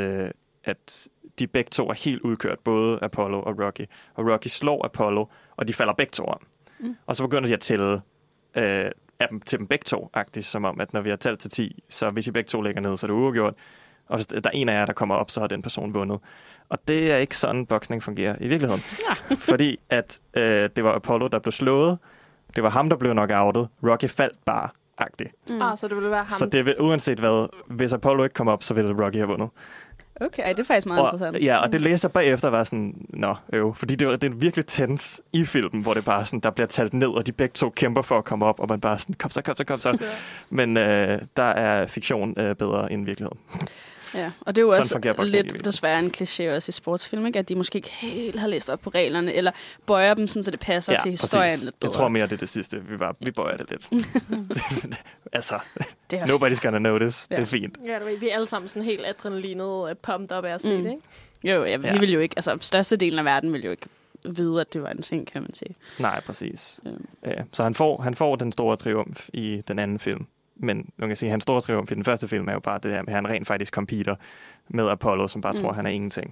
at de begge to er helt udkørt, både Apollo og Rocky. Og Rocky slår Apollo, og de falder begge to om. Og så begynder de at tælle af dem til dem begge to-agtigt, som om, at når vi har talt til 10, så hvis I begge to ligger ned, så er det uafgjort. Og hvis der er en af jer, der kommer op, så har den person vundet. Og det er ikke sådan, boksning fungerer i virkeligheden. Ja. Fordi at det var Apollo, der blev slået. Det var ham, der blev knockoutet. Rocky faldt bare. agtigt. Så det ville være ham. Så det vil, uanset hvad, hvis Apollo ikke kom op, så ville Rocky have vundet. Okay, det er faktisk meget interessant. Ja, og det læser bagefter var sådan, fordi det er virkelig tens i filmen, hvor det bare sådan, der bliver talt ned, og de begge to kæmper for at komme op, og man bare sådan, kom så. Ja. Men der er fiktion bedre end virkeligheden. Ja, og det er jo også lidt desværre en kliché også i sportsfilm, ikke? At de måske ikke helt har læst op på reglerne, eller bøjer dem, sådan, så det passer til historien lidt bedre. Jeg tror mere, det er det sidste. Vi bøjer det lidt. Altså, nobody's gonna notice. Ja. Det er fint. Ja, vi er alle sammen sådan helt adrenalinet pumped op af at se det, ikke? Jo, vi vil jo ikke, altså størstedelen af verden vil jo ikke vide, at det var en ting, kan man sige. Nej, præcis. Ja. Så han får den store triumf i den anden film. Men man kan sige, at hans store triumf i den første film er jo bare det der med, at han rent faktisk competer med Apollo, som bare tror, at han er ingenting.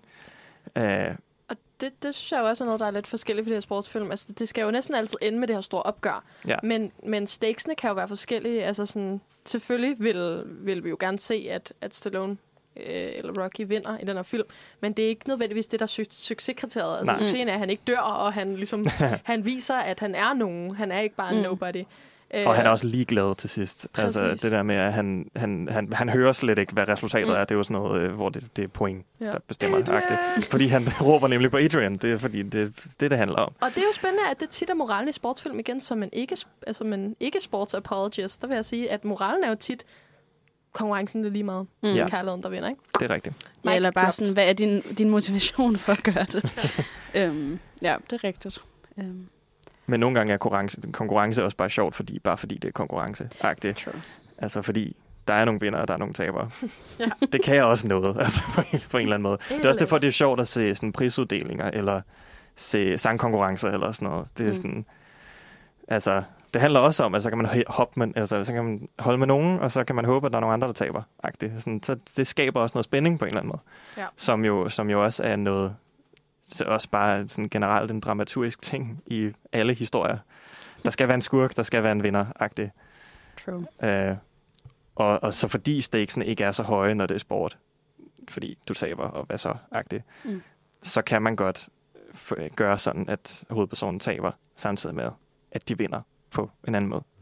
Og det synes jeg jo også er noget, der er lidt forskelligt for de her sportsfilm. Altså, det skal jo næsten altid ende med det her store opgør. Ja. Men stakesene kan jo være forskellige. Altså, sådan, selvfølgelig vil vi jo gerne se, at Stallone eller Rocky vinder i den her film. Men det er ikke nødvendigvis det, der er succeskriteriet. Altså, succesen er, at han ikke dør, og han, ligesom, han viser, at han er nogen. Han er ikke bare en nobody. Og han er også ligeglad til sidst. Præcis. Altså det der med, at han hører slet ikke, hvad resultatet er. Det er jo sådan noget, hvor det er point, der bestemmer. Fordi han råber nemlig på Adrian. Det er fordi, det handler om. Og det er jo spændende, at det tit er moralen i sportsfilm igen, som en ikke-sports apologist. Der vil jeg sige, at moralen er jo tit konkurrencen er lige meget. Kærligheden, der vinder, ikke? Det er rigtigt. Ja, eller bare sådan, hvad er din motivation for at gøre det? Ja, det er rigtigt. Men nogle gange er konkurrence også bare sjovt, fordi det er konkurrenceagtigt. True. Altså fordi der er nogle vinder, og der er nogle tabere. Det kan jeg også noget, altså på en eller anden måde. Det er også derfor, det er sjovt at se sådan prisuddelinger, eller se sangkonkurrencer, eller sådan noget. Det er sådan, altså, det handler også om, at så kan man så kan man holde med nogen, og så kan man håbe, at der er nogle andre, der taber. Sådan, så det skaber også noget spænding på en eller anden måde. Ja. Som jo også er noget, så også bare sådan generelt en dramaturgisk ting i alle historier. Der skal være en skurk, der skal være en vinder-agtig. True. Og så fordi stakesene ikke er så høje, når det er sport, fordi du taber, og hvad så-agtigt, så kan man godt gøre sådan, at hovedpersonen taber, samtidig med, at de vinder på en anden måde.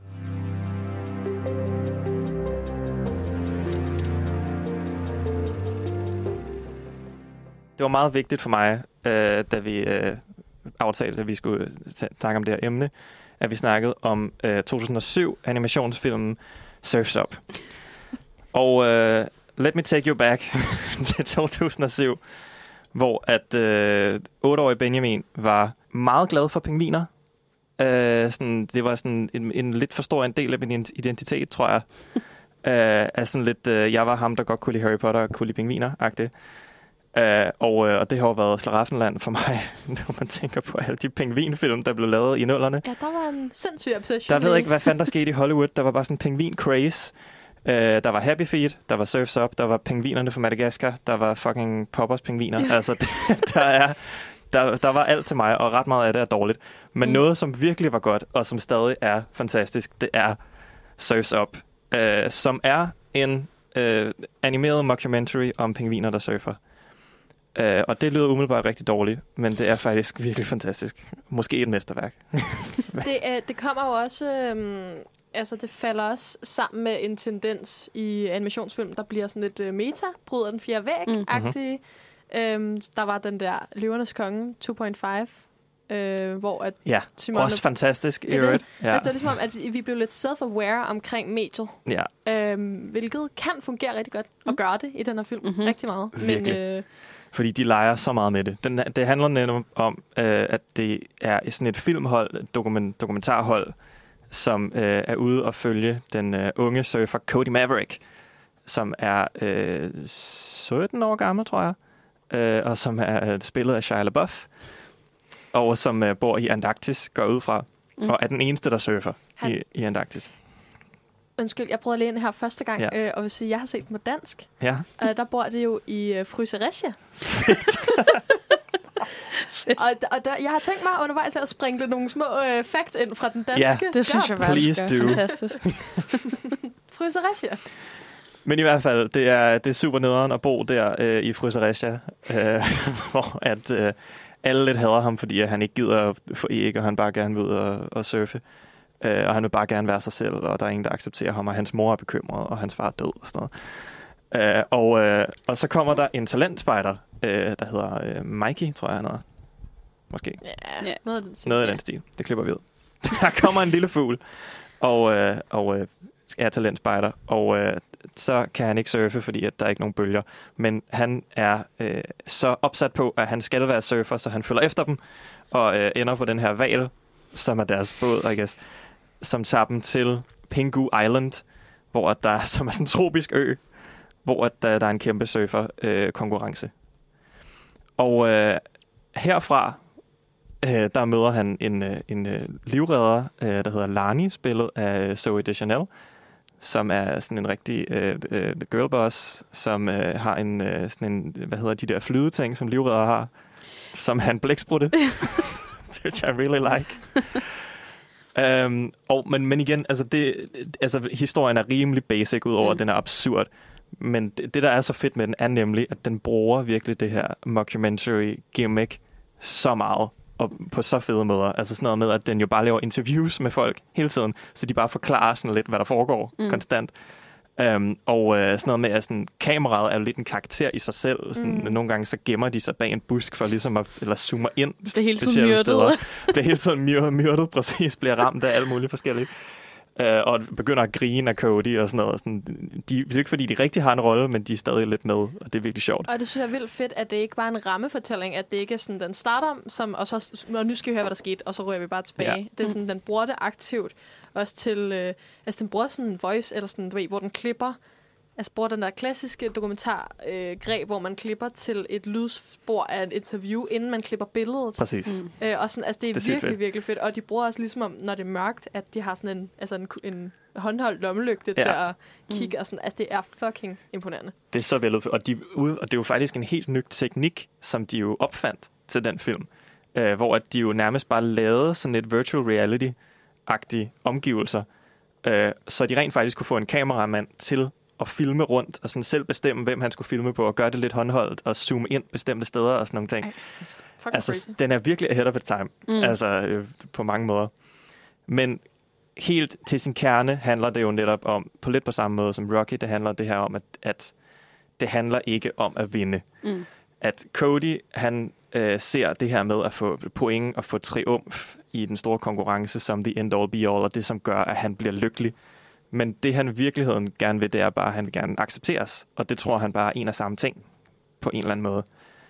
Det var meget vigtigt for mig, da vi aftalte, at vi skulle snakke om det her emne, at vi snakkede om 2007 animationsfilmen Surf's Up. Og let me take you back til 2007, hvor at 8-årige Benjamin var meget glad for pingviner. Det var sådan en lidt for stor en del af min identitet, tror jeg. Sådan lidt, jeg var ham, der godt kunne lide Harry Potter og kunne lide pingviner-agtigt. Og det har jo været slaraffenland for mig, når man tænker på alle de pingvinfilm, der blev lavet i 00'erne. Ja, der var en sindssyg obsession. Der ved ikke, hvad fanden der skete i Hollywood. Der var bare sådan en pingvin-craze. Der var Happy Feet, der var Surf's Up, der var pingvinerne fra Madagaskar, der var fucking Poppers pingviner. Altså, der var alt til mig, og ret meget af det er dårligt. Men noget, som virkelig var godt, og som stadig er fantastisk, det er Surf's Up, som er en animeret mockumentary om pingviner, der surfer. Og det lyder umiddelbart rigtig dårligt, men det er faktisk virkelig fantastisk. Måske et mesterværk. Det kommer jo også... Altså, det falder også sammen med en tendens i animationsfilm, der bliver sådan lidt meta, bryder den fjerde væg-agtig. Der var den der Løvernes Konge 2.5, hvor at Simone... også fantastisk i øvrigt. Ja. Altså, det er ligesom, at vi blev lidt self-aware omkring mediet, hvilket kan fungere rigtig godt, og gøre det i den her film rigtig meget. Men, fordi de leger så meget med det. Det handler netop om, at det er sådan et filmhold, dokumentarhold, som er ude og følge den unge surfer Cody Maverick, som er 17 år gammel, tror jeg, og som er spillet af Shia LaBeouf, og som bor i Antarktis, går ud fra, og er den eneste, der surfer i Antarktis. Undskyld, jeg prøvede at læne her første gang, og vil sige, at jeg har set den på dansk. Ja. Der bor det jo i Fryseresje. og jeg har tænkt mig undervejs at springe nogle små facts ind fra den danske. Ja, det synes jeg var fantastisk. Fryseresje. Men i hvert fald, det er super nederen at bo der i Fryseresje, hvor at alle lidt hader ham, fordi han ikke gider at få æg, og han bare gerne vil ud og surfe. og han vil bare gerne være sig selv, og der er ingen, der accepterer ham, og hans mor er bekymret, og hans far er død og sådan noget. Og så kommer der en talentspejder, der hedder Mikey, tror jeg han hedder. Måske. Ja, noget af den stil. Det klipper vi ud. Der kommer en lille fugl, og er talentspejder, og så kan han ikke surfe, fordi at der er ikke nogen bølger. Men han er så opsat på, at han skal være surfer, så han følger efter dem, og ender på den her hval, som er deres båd, I guess, som tager dem til Pingu Island, hvor der, som er sådan en tropisk ø, hvor der er en kæmpe surfer-konkurrence. Og herfra, der møder han en livredder, der hedder Lani, spillet af Zooey Deschanel, som er sådan en rigtig girlboss, som har sådan en, hvad hedder de der flydeting, som livredder har, som han blæksprutte, which I really like. Men igen, altså historien er rimelig basic, udover at den er absurd. Men det, der er så fedt med den, er nemlig, at den bruger virkelig det her mockumentary gimmick så meget, og på så fede måder. Altså sådan noget med, at den jo bare laver interviews med folk hele tiden, så de bare forklarer sådan lidt, hvad der foregår konstant. Sådan noget med, at sådan, kameraet er lidt en karakter i sig selv. Sådan, nogle gange så gemmer de sig bag en busk for ligesom eller zoomer ind. Det er hele tiden myrdet. Bliver hele tiden myrdet, præcis. Bliver ramt af alt muligt forskelligt. Og begynder at grine af Cody og sådan noget. Sådan, det er ikke, fordi de rigtig har en rolle, men de er stadig lidt med, og det er virkelig sjovt. Og det synes jeg er vildt fedt, at det ikke bare er en rammefortælling, at det ikke er sådan, den starter, og nu skal vi høre, hvad der skete, og så ryger vi bare tilbage. Ja. Det er sådan, den bruger det aktivt, også til, den bruger sådan en voice, eller sådan, du ved, hvor den klipper, bruger den der klassiske dokumentargreb, hvor man klipper til et lydspor af et interview, inden man klipper billedet. Præcis. Og sådan, det er virkelig, virkelig fedt. Og de bruger også ligesom, om, når det er mørkt, at de har sådan en håndholdt lommelygte til at kigge. Og sådan, det er fucking imponerende. Det er så veludført. Og det er jo faktisk en helt ny teknik, som de jo opfandt til den film. Hvor at de jo nærmest bare lavede sådan et virtual reality-agtige omgivelser. Så de rent faktisk kunne få en kameramand til at filme rundt, og sådan selv bestemme, hvem han skulle filme på, og gøre det lidt håndholdt, og zoome ind bestemte steder, og sådan nogle ting. Den er virkelig ahead of its time. På mange måder. Men helt til sin kerne handler det jo netop om, lidt på samme måde som Rocky, det handler det her om, at det handler ikke om at vinde. At Cody, han ser det her med at få point og få triumf i den store konkurrence som the end all be all, og det som gør, at han bliver lykkelig. Men det, han i virkeligheden gerne vil, det er bare, at han vil gerne accepteres. Og det tror han bare er en og samme ting, på en eller anden måde.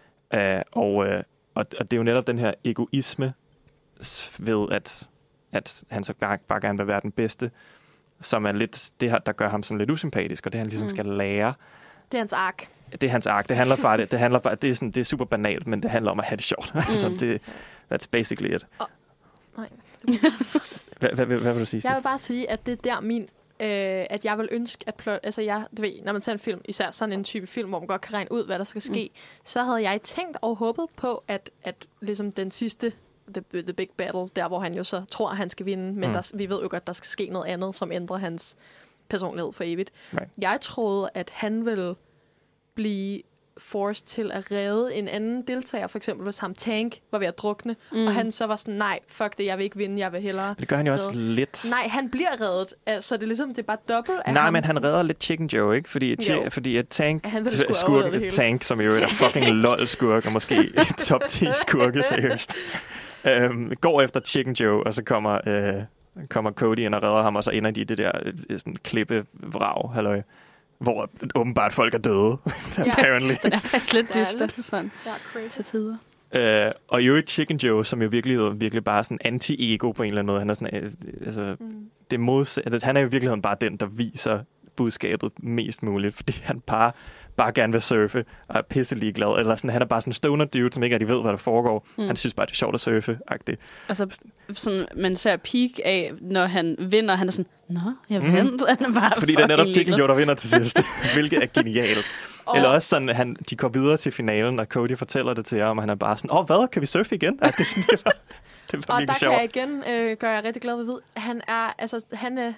Og det er jo netop den her egoisme ved, at han så bare gerne vil være den bedste, som er lidt det her, der gør ham sådan lidt usympatisk, og det han ligesom skal lære. Det er hans ark. Det er hans ark. Det handler bare, det er super banalt, men det handler om at have det sjovt. That's basically it. Nej. Hvad vil du sige? Jeg vil bare sige, at det er der at jeg vil ønske, at du ved, når man ser en film, især sådan en type film, hvor man godt kan regne ud, hvad der skal ske, så havde jeg tænkt og håbet på, at ligesom den sidste, the big battle, der hvor han jo så tror, at han skal vinde, men vi ved jo godt, der skal ske noget andet, som ændrer hans personlighed for evigt. Right. Jeg troede, at han ville blive forced til at redde en anden deltager, for eksempel hvis ham Tank var ved at drukne, og han så var sådan, nej, fuck det, jeg vil ikke vinde, jeg vil hellere. Det gør han jo også lidt. Nej, han bliver reddet, så det er ligesom, det er bare dobbelt af Nej, ham. men han redder lidt Chicken Joe, ikke? Fordi at Tank, skurken, Tank, som jo er fucking lol-skurk, og måske top 10 skurke, seriøst, går efter Chicken Joe, og så kommer Cody ind og redder ham, og så ender de i det der sådan klippevrag, halløj, hvor åbenbart folk er døde, apparently. Den er faktisk lidt dyster, sådan. Ja, crazy. Til tider. Og jo Chicken Joe, som jo virkelig bare sådan anti-ego på en eller anden måde. Han er sådan, det modsat. Han er jo i virkeligheden bare den, der viser budskabet mest muligt, fordi han bare gerne vil surfe og er pisselig glad. Eller sådan, han er bare sådan en stoner dude, som ikke rigtig ved, hvad der foregår. Han synes bare, det er sjovt at surfe-agtigt. Altså, sådan, man ser peak af, når han vinder, han er sådan, nå, jeg vandt. Han er bare fordi det er netop Chicken Joe, der vinder til sidst, hvilket er genialt. Eller også sådan, de går videre til finalen, og Cody fortæller det til ham, og han er bare sådan, hvad, kan vi surfe igen? Ja, det er sådan, det var og der sjovt. kan jeg igen gøre jeg rigtig glad ved. Han er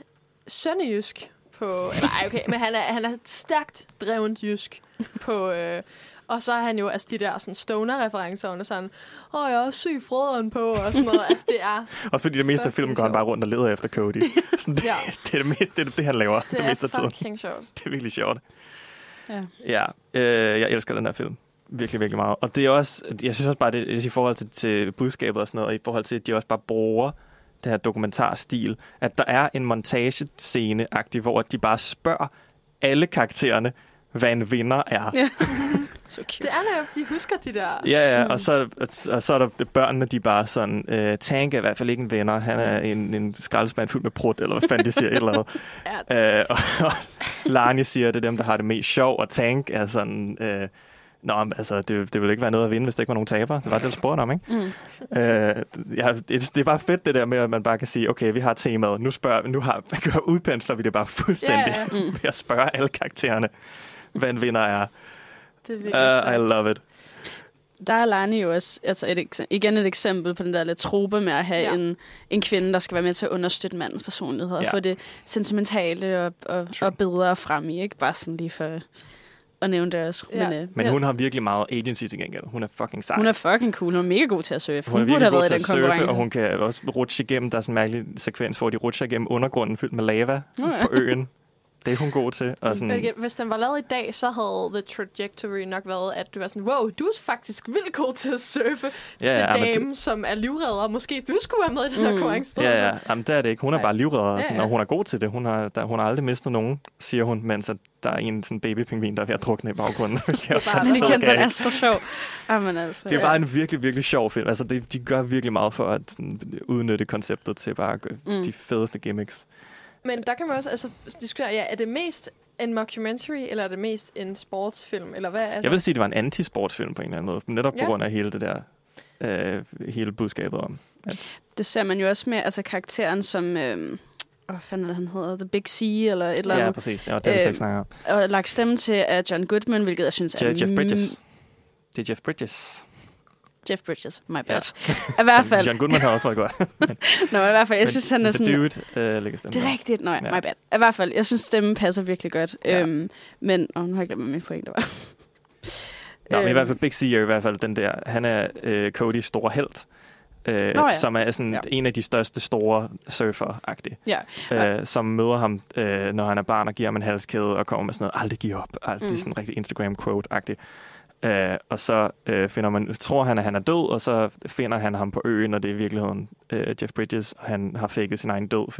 sønderjysk på... men han er stærkt drevent jysk på... Og så er han jo, altså de der sådan stoner-referencer, og sådan, jeg er også syg frøderen på, og sådan noget. Altså det er... Også fordi det meste af filmen går han bare rundt og leder efter Cody. Sådan, det er det meste, det han laver. Det meste af tiden. Det er fucking sjovt. Det er virkelig sjovt. Ja. Jeg elsker den her film. Virkelig, virkelig meget. Og det er også, jeg synes også bare, det er i forhold til budskabet og sådan noget, og i forhold til, at de også bare bruger det her dokumentarstil, at der er en montagescene-agtig, hvor de bare spørger alle karaktererne, hvad en vinder er. Ja. So cute. Det er netop, de husker de der... Ja, og så er der børnene, de bare sådan, Tank er i hvert fald ikke en vinder, han er en skraldespand fuld med prut, eller hvad fanden de siger, et eller andet. Og Lani siger, det er dem, der har det mest sjov, og Tank er sådan... altså, det ville ikke være noget at vinde, hvis der ikke var nogen taber. Det var det, du spurgte om, ikke? Det er bare fedt, det der med, at man bare kan sige, okay, vi har temaet, udpensler vi det bare fuldstændig ved at spørge alle karaktererne, hvad en vinder er. Det er virkelig I love it. Der er Lani jo også igen et eksempel på den der lidt trope med at have en kvinde, der skal være med til at understøtte mandens personlighed og få det sentimentale og bedre frem i, ikke? Bare sådan lige for... og nævne det også. Men hun har virkelig meget agency til gengæld. Hun er fucking sej. Hun er fucking cool. Hun er mega god til at surfe. Hun burde have været i den konkurrence. Og hun kan også rutsche igennem. Der er sådan en mærkelig sekvens, hvor de rutscher igennem undergrunden fyldt med lava på øen. Det er hun god til. Og sådan... Hvis den var lavet i dag, så havde The Trajectory nok været, at du var sådan, wow, du er faktisk vildt god til at surfe. The dame, som er livredder. Måske du skulle være med i den her konkurrence. Ja. Jamen, det er det ikke. Hun er bare livredder, og hun er god til det. Hun har aldrig mistet nogen, siger hun, mens der er en sådan babypingvin, der er ved at drukne i baggrunden. Den er så sjov. Jamen, altså, det er bare en virkelig, virkelig sjov film. Altså, de gør virkelig meget for at sådan, udnytte konceptet til bare de fedeste gimmicks. Men der kan man også diskutere, er det mest en mockumentary, eller er det mest en sportsfilm, eller hvad? Altså? Jeg vil sige, det var en anti-sportsfilm på en eller anden måde, netop på grund af hele det der, hele budskabet om. Det ser man jo også med, altså karakteren som, hvad fanden er det, han hedder? The Big C, eller et eller andet. Ja, præcis. Det var det, vi ikke snakker om. Og lagt stemme til af John Goodman, hvilket jeg synes er... Jeff Bridges. Det er Jeff Bridges. Jeff Bridges, my bad. Ja. I hvert fald... John Goodman har også været godt. Nå, i hvert fald, jeg synes, han er sådan... Dude, lægger stemmen. Det er rigtigt. Nå, my bad. I hvert fald, jeg synes, stemmen passer virkelig godt. Ja. Men... nu har jeg glemt, hvad min point der var. Men i hvert fald, Big C er i hvert fald den der... Han er Codys store helt. Som er sådan en af de største store surfer-agtige. Ja. Som møder ham, når han er barn, og giver ham en halskæde, og kommer med sådan noget, aldrig give op. Det er sådan rigtig Instagram-quote-agtigt. Og så tror han, at han er død, og så finder han ham på øen, og det er i virkeligheden Jeff Bridges, og han har faked sin egen død,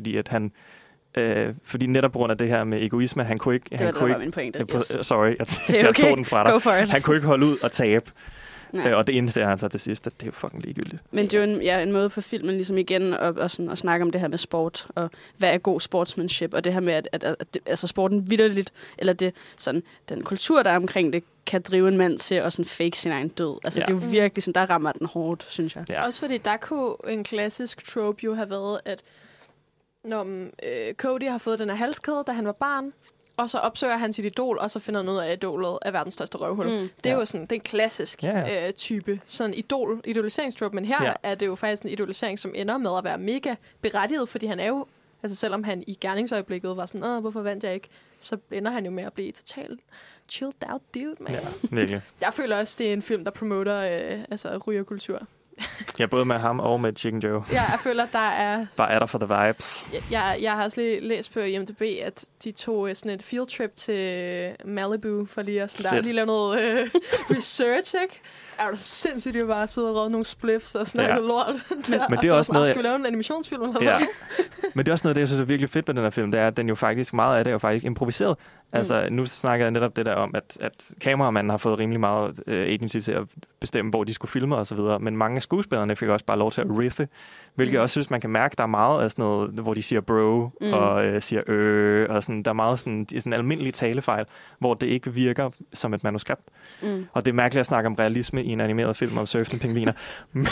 fordi netop på grund af det her med egoisme, han kunne ikke... Det var min pointe. Sorry, jeg tog den fra dig. Han kunne ikke holde ud og tabe. Og det indser han så til sidst, at det er jo fucking ligegyldigt. Men det er jo en måde på filmen ligesom igen at snakke om det her med sport, og hvad er god sportsmanship, og det her med, at sporten vitterligt, eller det, sådan, den kultur, der er omkring det, kan drive en mand til at sådan fake sin egen død. Altså det er jo virkelig sådan, der rammer den hårdt, synes jeg. Ja. Også fordi der kunne en klassisk trope jo have været, at når Cody har fået den her halskæde, da han var barn, og så opsøger han sit idol, og så finder han ud af, at idolet er verdens største røvhul. Det er jo sådan, det er en klassisk type, sådan idoliseringstrope, men her er det jo faktisk en idolisering, som ender med at være mega berettiget, fordi han er jo, altså selvom han i gerningsøjeblikket var sådan, hvorfor vandt jeg ikke, så ender han jo med at blive totalt chilled out dude, man. Ja, virkelig. Jeg føler også, det er en film, der promoter rygerkultur. Ja, både med ham og med Chicken Joe. Ja, jeg føler, der er... Bare er der for the vibes. Jeg har også lige læst på IMDb, at de tog sådan et field trip til Malibu for lige at lige lave noget research, ikke? Er det sindssygt, at jeg bare sidder og røde nogle spliffs og snakke lort. Men det er også noget... Skal vi lave en animationsfilm? Eller ja. Men det er også noget, det jeg synes er virkelig fedt med den her film, det er, at den jo faktisk, meget af det er jo faktisk improviseret. Altså, nu snakker jeg netop det der om, at kameramanden har fået rimelig meget agency til at bestemme, hvor de skulle filme og så videre. Men mange af skuespillerne fik også bare lov til at riffe, hvilket jeg også synes, man kan mærke, der er meget af sådan noget, hvor de siger bro og siger og sådan, der er meget sådan almindelige talefejl, hvor det ikke virker som et manuskript. Og det er mærkeligt at snakke om realisme i en animeret film om surfende pingviner. Men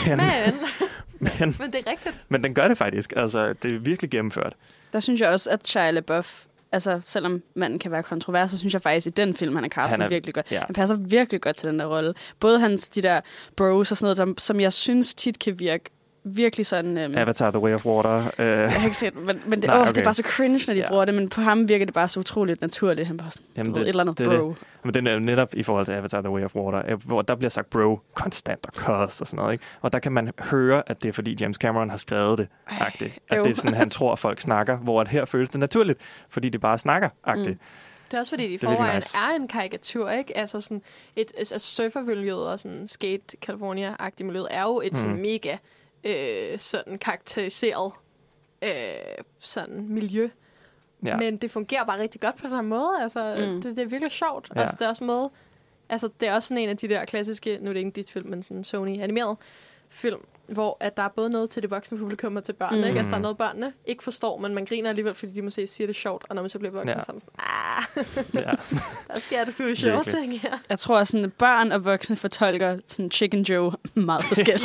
det er rigtigt. Men den gør det faktisk. Altså, det er virkelig gennemført. Der synes jeg også, at Shia LaBeouf, altså selvom manden kan være kontrovers, så synes jeg faktisk, at i den film, han er castet virkelig godt. Ja. Han passer virkelig godt til den der rolle. Både hans, de der bros og sådan noget, som jeg synes tit kan virke virkelig sådan... Avatar The Way of Water. Jeg har ikke set men det, Nej, okay. det er bare så cringe, når de bruger det, men på ham virker det bare så utroligt naturligt. Han bare sådan, et eller andet bro. Det. Men den er netop i forhold til Avatar The Way of Water, hvor der bliver sagt bro konstant og cuss og sådan noget, ikke? Og der kan man høre, at det er fordi James Cameron har skrevet det, agtigt. At det er sådan, han tror, folk snakker, hvor at her føles det naturligt, fordi det bare snakker, agtigt. Det er også fordi, det i forvejen nice. Er en karikatur, ikke? Altså sådan surfermiljøet og sådan skate California-agtigt miljøet er jo et sådan mega sådan karakteriseret sådan miljø. Ja. Men det fungerer bare rigtig godt på den her måde. Altså, det er virkelig sjovt. Ja. Altså, det er også måde... Altså, det er også sådan en af de der klassiske... Nu er det ikke en Disney-film, men sådan Sony animeret film, hvor at der er både noget til det voksne publikum og til børnene. Ikke? Altså, der er noget, børnene ikke forstår, men man griner alligevel, fordi de måske siger det sjovt, og når man så bliver voksne, så sådan, der sker det kunne sjove ting her. Jeg tror, at sådan, børn og voksne fortolker sådan Chicken Joe meget forskelligt.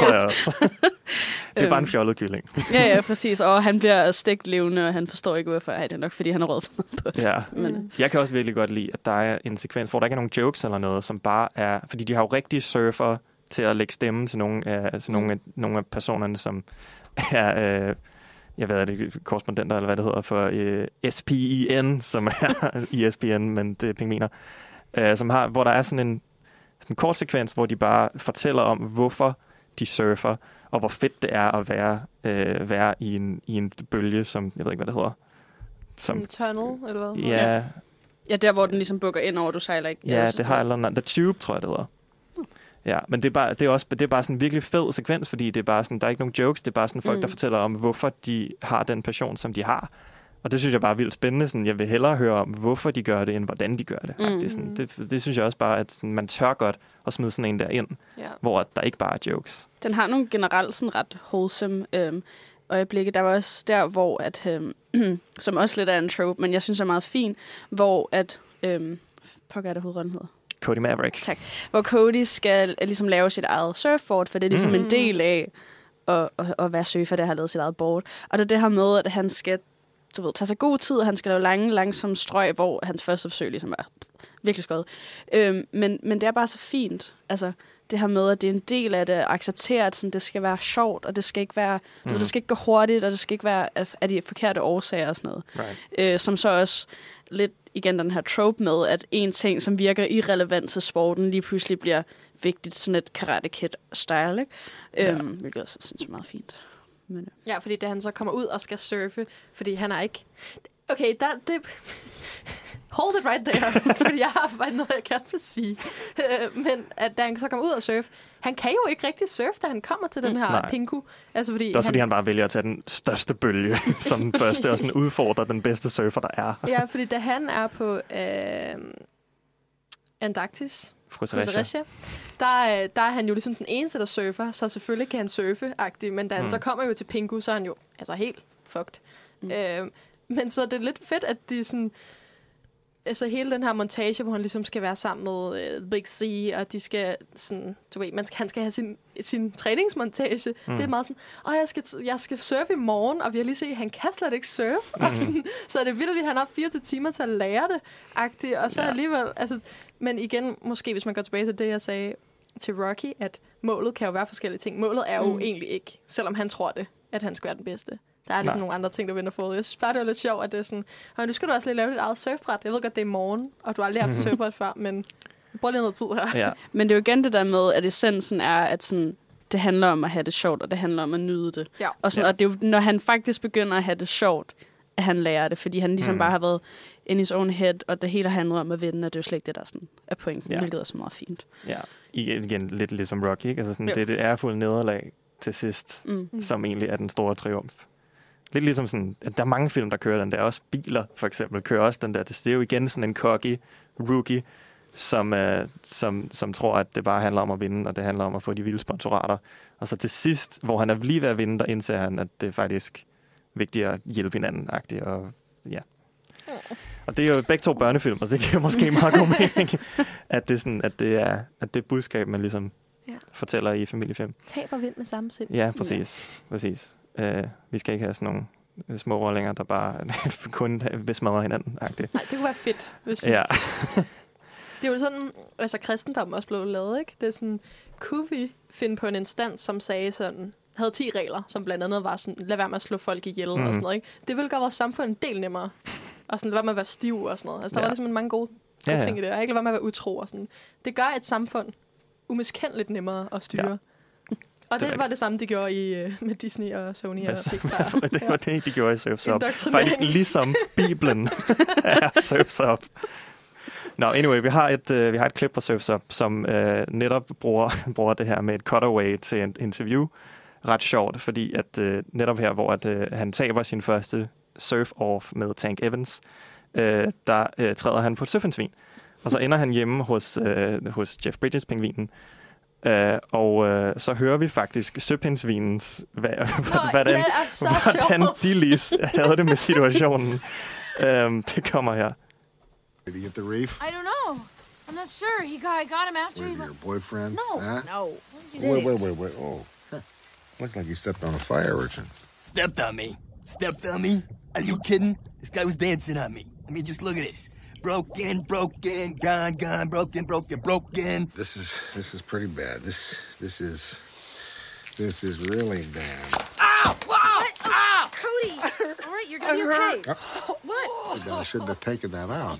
Det er bare en fjollet kylling. ja, præcis. Og han bliver stegt levende, og han forstår ikke, hvorfor. Det er nok, fordi han er rød for noget på det. Ja. Men, jeg kan også virkelig godt lide, at der er en sekvens, hvor der ikke er nogen jokes eller noget, som bare er... Fordi de har jo rigtige surfer til at lægge stemme til nogle af personerne, som er... jeg ved det, korrespondenter, eller hvad det hedder, for SPEN, som er ESPN, men det er pingviner, som har, hvor der er sådan en kort sekvens, hvor de bare fortæller om, hvorfor de surfer, og hvor fedt det er at være i en bølge, som, jeg ved ikke, hvad det hedder. Som en tunnel, eller hvad? Ja. Ja, der hvor den ligesom bukker ind over, du sejler ikke. Ja, det har eller The Tube, tror jeg, det hedder. Ja, men det er bare sådan en virkelig fed sekvens, fordi det er bare sådan, der er ikke nogen jokes, det er bare sådan folk, der fortæller om, hvorfor de har den passion, som de har. Og det synes jeg bare er vildt spændende. Sådan, jeg vil hellere høre om, hvorfor de gør det, end hvordan de gør det. Det synes jeg også bare, at sådan, man tør godt at smide sådan en der ind, hvor der ikke bare er jokes. Den har nogle generelt sådan ret wholesome øjeblikke. Der var også der, hvor at, som også lidt er en trope, men jeg synes er meget fin, hvor at, pokker det hovedrollen hedder? Cody Maverick. Tak. Hvor Cody skal ligesom lave sit eget surfboard, for det er ligesom en del af at være surfer, der har lavet sit eget board. Og det er det her med, at han skal tage sig god tid, og han skal lave lange, langsomme strøg, hvor hans første forsøg ligesom er virkelig skød. Men det er bare så fint. Altså, det her med, at det er en del af det, at acceptere, at sådan, det skal være sjovt, og det skal ikke være, det skal ikke gå hurtigt, og det skal ikke være af de forkerte årsager og sådan noget. Right. Som så også lidt igen den her trope med, at en ting, som virker irrelevant til sporten, lige pludselig bliver vigtigt, sådan et Karate Kid-style, ikke? Hvilket også synes jeg er meget fint. Men, ja, fordi da han så kommer ud og skal surfe, fordi han er ikke... Okay, hold it right there, fordi jeg har bare noget, jeg gerne vil sige. Men at da han så kommer ud og surfe, han kan jo ikke rigtig surfe, da han kommer til den her pinku. Altså, fordi det er også fordi, han bare vælger at tage den største bølge som den første, og sådan udfordrer den bedste surfer, der er. Ja, fordi da han er på Antarktis, Frisericia, der er han jo ligesom den eneste, der surfer, så selvfølgelig kan han surfe-agtigt, men da han så kommer jo til pinku, så er han jo altså helt fucked. Men så er det lidt fedt, at de sådan... Altså hele den her montage, hvor han ligesom skal være sammen med Big C, og de skal sådan... Du ved, han skal have sin træningsmontage. Det er meget sådan... jeg skal surfe i morgen, og vi har lige set, at han kan slet ikke surfe. Og sådan, så er det vildt, at han har 24 timer til at lære det. Agtigt, og så alligevel... Altså, men igen, måske hvis man går tilbage til det, jeg sagde til Rocky, at målet kan jo være forskellige ting. Målet er jo egentlig ikke, selvom han tror det, at han skal være den bedste. Der er ligesom nogle andre ting, der vender forud. Jeg synes bare, det er lidt sjovt, at det er sådan, nu skal du også lige lave dit eget surfbræt. Jeg ved godt, det er i morgen, og du har aldrig haft surfbræt før, men brug lige noget tid her. Ja. Men det er jo igen det der med, at essensen er, at sådan, det handler om at have det sjovt, og det handler om at nyde det. Ja. Og det er jo, når han faktisk begynder at have det sjovt, at han lærer det, fordi han ligesom bare har været in his own head, og det hele handler om at vinde, og det er jo slet ikke det, der sådan er pointen, hvilket er så meget fint. Ja, igen lidt ligesom Rocky, ikke? Altså sådan, det er fuld nederlag til sidst, som egentlig er den store triumf. Lidt ligesom sådan, at der er mange film, der kører den der. Også biler, for eksempel, kører også den der. Det er jo igen sådan en cocky rookie, som tror, at det bare handler om at vinde, og det handler om at få de vilde sponsorater. Og så til sidst, hvor han er lige ved at vinde, der indser han, at det er faktisk vigtigt at hjælpe hinanden-agtigt. Og ja. Og det er jo begge to børnefilm, og det giver måske meget god mening, at det er sådan, at det er budskab, man ligesom fortæller i familiefilm. Tab og vind med samme sind. Ja, præcis. Vi skal ikke have sådan nogle små rollinger, der bare kun vil smadre hinanden. Nej, det kunne være fedt. Hvis det er jo sådan, altså kristendom også blev lavet, ikke? Det er sådan, kunne vi finde på en instans, som sagde sådan, havde 10 regler, som blandt andet var sådan, lad være med at slå folk ihjel og sådan noget, ikke? Det ville gøre vores samfund en del nemmere. Og sådan, lad være med at være stiv og sådan noget. Altså, der var ligesom mange gode ting i det. Og ikke lad være med at være utro og sådan. Det gør et samfund umiskendeligt nemmere at styre. Ja. Og det var det samme, de gjorde med Disney og Sony og Pixar. Det var det, de gjorde i Surf's Up. Faktisk ligesom Bibelen er Surf's Up. Nå, anyway, vi har et klip fra Surf's Up, som netop bruger det her med et cutaway til et interview. Ret sjovt, fordi at netop her, hvor han taber sin første surf-off med Tank Evans, der træder han på et surfensvin. Og så ender han hjemme hos Jeff Bridges-pingvinen. Og så hører vi faktisk søpindsvinens, hvordan de lige havde det med situationen. Det kommer her. Did he get the reef? I don't know. I'm not sure. I got him after With your boyfriend? No, huh? no. Wait. Oh. Looks like he stepped on a fire urchin. Stepped on me? Stepped on me? Are you kidding? This guy was dancing on me. I mean, just look at this. Broken, gone, broken. This is pretty bad. This is really bad. Ow! Ow! Cody! All right, you're gonna be okay. What? I shouldn't have taken that out.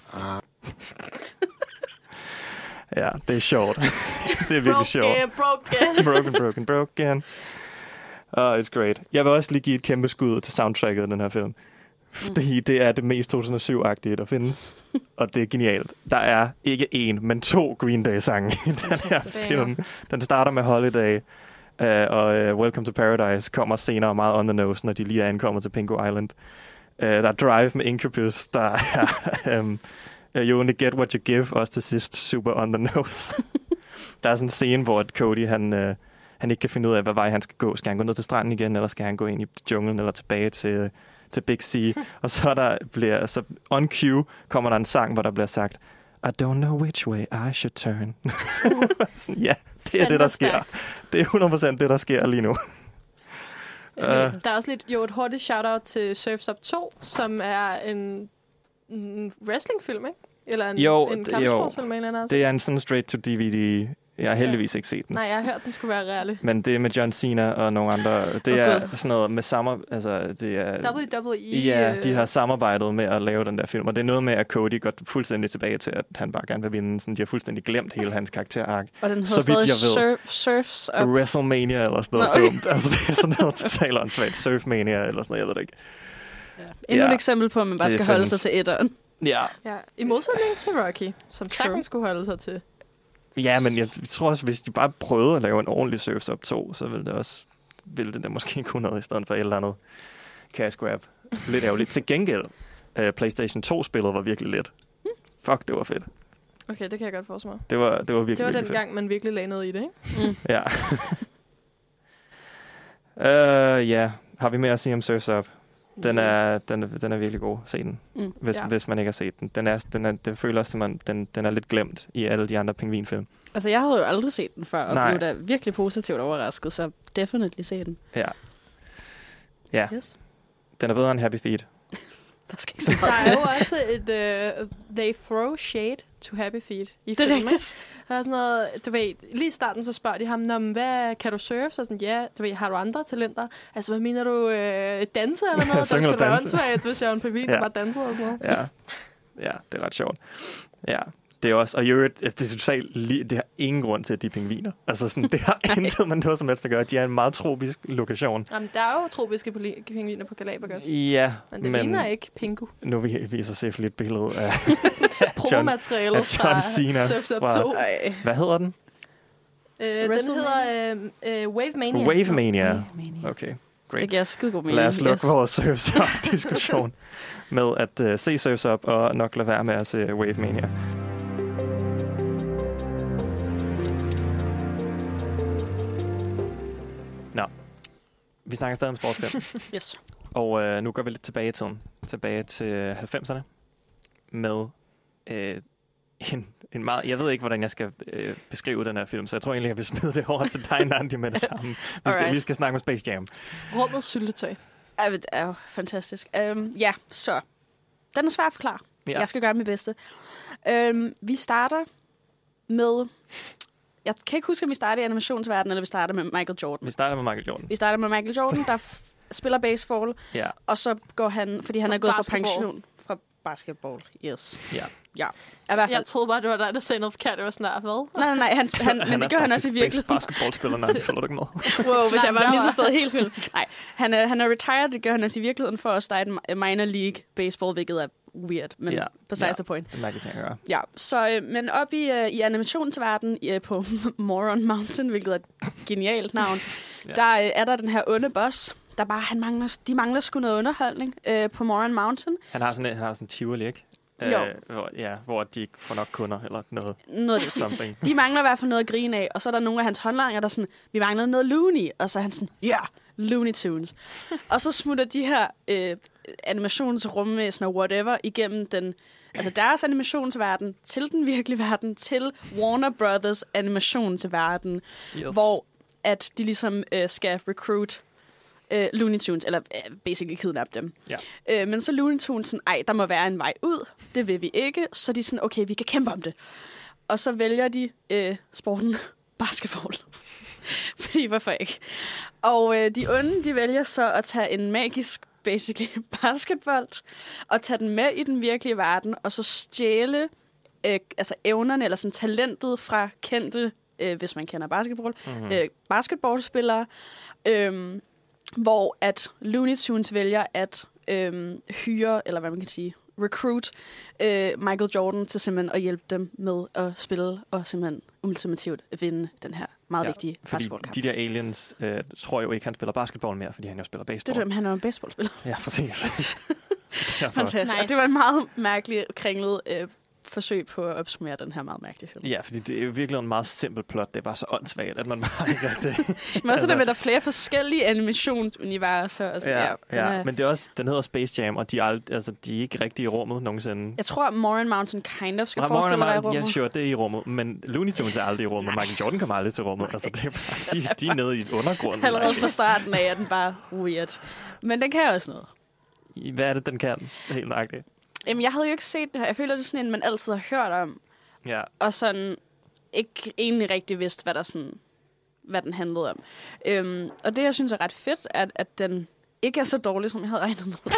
Ja, det er sjovt. Det er virkelig sjovt. Broken. Oh, it's great. Jeg vil også lige give et kæmpe skud til soundtracket af den her film. Fordi det er det mest 2007-agtige, der findes. Og det er genialt. Der er ikke én, men 2 Green Day-sange i den her film. Den starter med Holiday, og Welcome to Paradise kommer senere meget on the nose, når de lige er ankommet til Pingo Island. Der er Drive med Incubus, der er You Only Get What You Give, også til sidst super on the nose. Der er sådan en scene, hvor Cody, han ikke kan finde ud af, hvad vej han skal gå. Skal han gå ned til stranden igen, eller skal han gå ind i junglen, eller tilbage til Big Sea? Og så on cue kommer der en sang, hvor der bliver sagt, I don't know which way I should turn. Sådan, ja, det er det, der sker. Det er 100% det, der sker lige nu. Der er også et hurtigt shout-out til Surf's Up 2, som er en wrestlingfilm, ikke? Eller en kampsportsfilm, eller andet. Det er en sådan straight-to-DVD. Jeg har heldigvis ikke set den. Nej, jeg har hørt, den skulle være real. Men det er med John Cena og nogle andre. Det er sådan noget med det er WWE. Ja, de har samarbejdet med at lave den der film. Og det er noget med, at Cody går fuldstændig tilbage til, at han bare gerne vil vinde. Sådan, de har fuldstændig glemt hele hans karakterark. Og den hedder stadig Surf's Up. WrestleMania eller sådan noget dumt. Altså, det er sådan noget totalt åndssvagt. Surfmania eller sådan noget, jeg ved det ikke. Ja. Endnu et eksempel på, at man bare skal holde sig til etteren. Ja. I modsætning til Rocky, som sagtens skulle holde sig til. Ja, men jeg tror også, hvis de bare prøvede at lave en ordentlig Surf's Up 2, så ville det da måske kunne noget i stedet for et eller andet cash grab. Lidt ærgerligt. Til gengæld, PlayStation 2-spillet var virkelig let. Fuck, det var fedt. Okay, det kan jeg godt forstå mig. Det var virkelig den fedt. gang, man virkelig lagde noget i det, ikke? Ja. Ja, har vi mere at sige om Surf's Up? Den er virkelig god. Se den, hvis man ikke har set den. Det føler også, som den er lidt glemt i alle de andre pingvinfilm. Altså, jeg havde jo aldrig set den før, og blev da virkelig positivt overrasket, så definitely se den. Ja. Yes. Den er bedre end Happy Feet. Der skal ikke så meget til. Der er jo også et They Throw Shade to Happy Feet i filmen. Det er rigtigt. Der er sådan noget, du ved, lige i starten så spørger de ham, hvad kan du surfe? Så sådan, ja, du ved, har du andre talenter? Altså, hvad mener du, danse eller noget? Der skal være åndssvagt, hvis jeg er en pingvin, der bare danser og sådan noget. Ja, det er ret sjovt. Ja. Det er også, og det har ingen grund til, at de er pingviner. Altså sådan, det har intet med noget som helst at gøre. De er en meget tropisk lokation. Jamen, der er jo tropiske pingviner på Galapagos. Ja, men det ligner ikke pingu. Nu viser Sef lige et billede af promomaterialet fra Cena Surf's Up 2. Hvad hedder den? Den hedder Wave Mania. Wave Mania. Okay, great. Det giver skide god mening. Lad os lukke vores Surf's Up-diskussion med at se Surf's Up og nok lade være med at se Wave Mania. Vi snakker stadig om sportsfilm. Yes. Og nu går vi lidt tilbage i tiden. Tilbage til 90'erne. Med en meget... Jeg ved ikke, hvordan jeg skal beskrive den her film, så jeg tror egentlig, jeg vil smide det over til dig, Nandi, med det samme. Vi skal snakke om Space Jam. Rummets syltetøj. Det er jo fantastisk. Så. Den er svær at forklare. Ja. Jeg skal gøre mit bedste. Vi starter med Jeg kan ikke huske, om vi starter i animationsverdenen, eller vi starter med Michael Jordan. Vi starter med Michael Jordan. Vi starter med Michael Jordan, der spiller baseball, Ja. og så går han, fordi han er gået Basketball. fra pension fra basketball. Yes. Ja. Ja. I hvert fald. Jeg troede bare, det var dig, der sagde noget forkert. Det var sådan, hvad? Nej, men det gør han også i virkeligheden. Basketballspiller, nej, følger du ikke med? Wow, hvis jeg Nej, var jeg misforstået helt vildt. Nej, han er retired, det gør han også i virkeligheden for at starte en minor league baseball, hvilket er weird, men besides the point. Det er mærkeligt ting at gøre. Ja, så, men op i animationsverdenen på Moron Mountain, hvilket er et genialt navn, der er der den her onde boss, der bare, de mangler sgu noget underholdning på Moron Mountain. Han har sådan en Tivoli, ikke? Hvor de ikke får nok kunder, eller noget something. De mangler i hvert fald noget at grine af, og så er der nogle af hans håndlangere, der sådan, vi mangler noget Looney, og så er han sådan, Looney Tunes. Og så smutter de her animationsrumvæsener, whatever, igennem deres animationsverden til den virkelige verden, til Warner Brothers animationsverden, hvor at de ligesom skal recruit Looney Tunes, eller basically kidnappe dem. Ja. Men så Looney Tunes sådan, der må være en vej ud. Det vil vi ikke. Så de sådan, okay, vi kan kæmpe om det. Og så vælger de sporten basketball. Fordi hvorfor ikke? Og de onde, de vælger så at tage en magisk, basically basketball, og tage den med i den virkelige verden, og så stjæle evnerne, eller sådan talentet fra kendte, hvis man kender basketball, basketballspillere, hvor at Looney Tunes vælger at hyre, eller hvad man kan sige, recruit Michael Jordan til simpelthen at hjælpe dem med at spille og simpelthen ultimativt vinde den her meget vigtige basketballkamp. De der aliens tror jo ikke, han spiller basketball mere, fordi han jo spiller baseball. Det er han er jo en baseballspiller. Ja, præcis. Fantastisk. Nice. Og det var en meget mærkelig, kringlet forsøg på at opsummere den her meget mærkelige film. Ja, fordi det er jo virkelig en meget simpel plot. Det er bare så åndssvagt, at man bare ikke rigtig... Men også der med, der er flere forskellige animationsuniverser. Og sådan, men det er også, den hedder Space Jam, og de er ikke rigtig i rummet nogensinde. Jeg tror, Moron Mountain kind of skal forestille at være i rummet. Ja, sure, det er i rummet, men Looney Tunes er aldrig i rummet. Michael Jordan kommer aldrig til rummet. Altså, det er bare, de er nede i undergrunden. Allerede fra starten af er den bare weird. Men den kan også noget. Hvad er det, den kan? Helt nøjagtigt. Jamen, jeg havde jo ikke set det her. Jeg føler, det er sådan en, man altid har hørt om. Ja. Og sådan ikke egentlig rigtig vidste, hvad den handlede om. Og det, jeg synes er ret fedt, at den ikke er så dårlig, som jeg havde regnet med.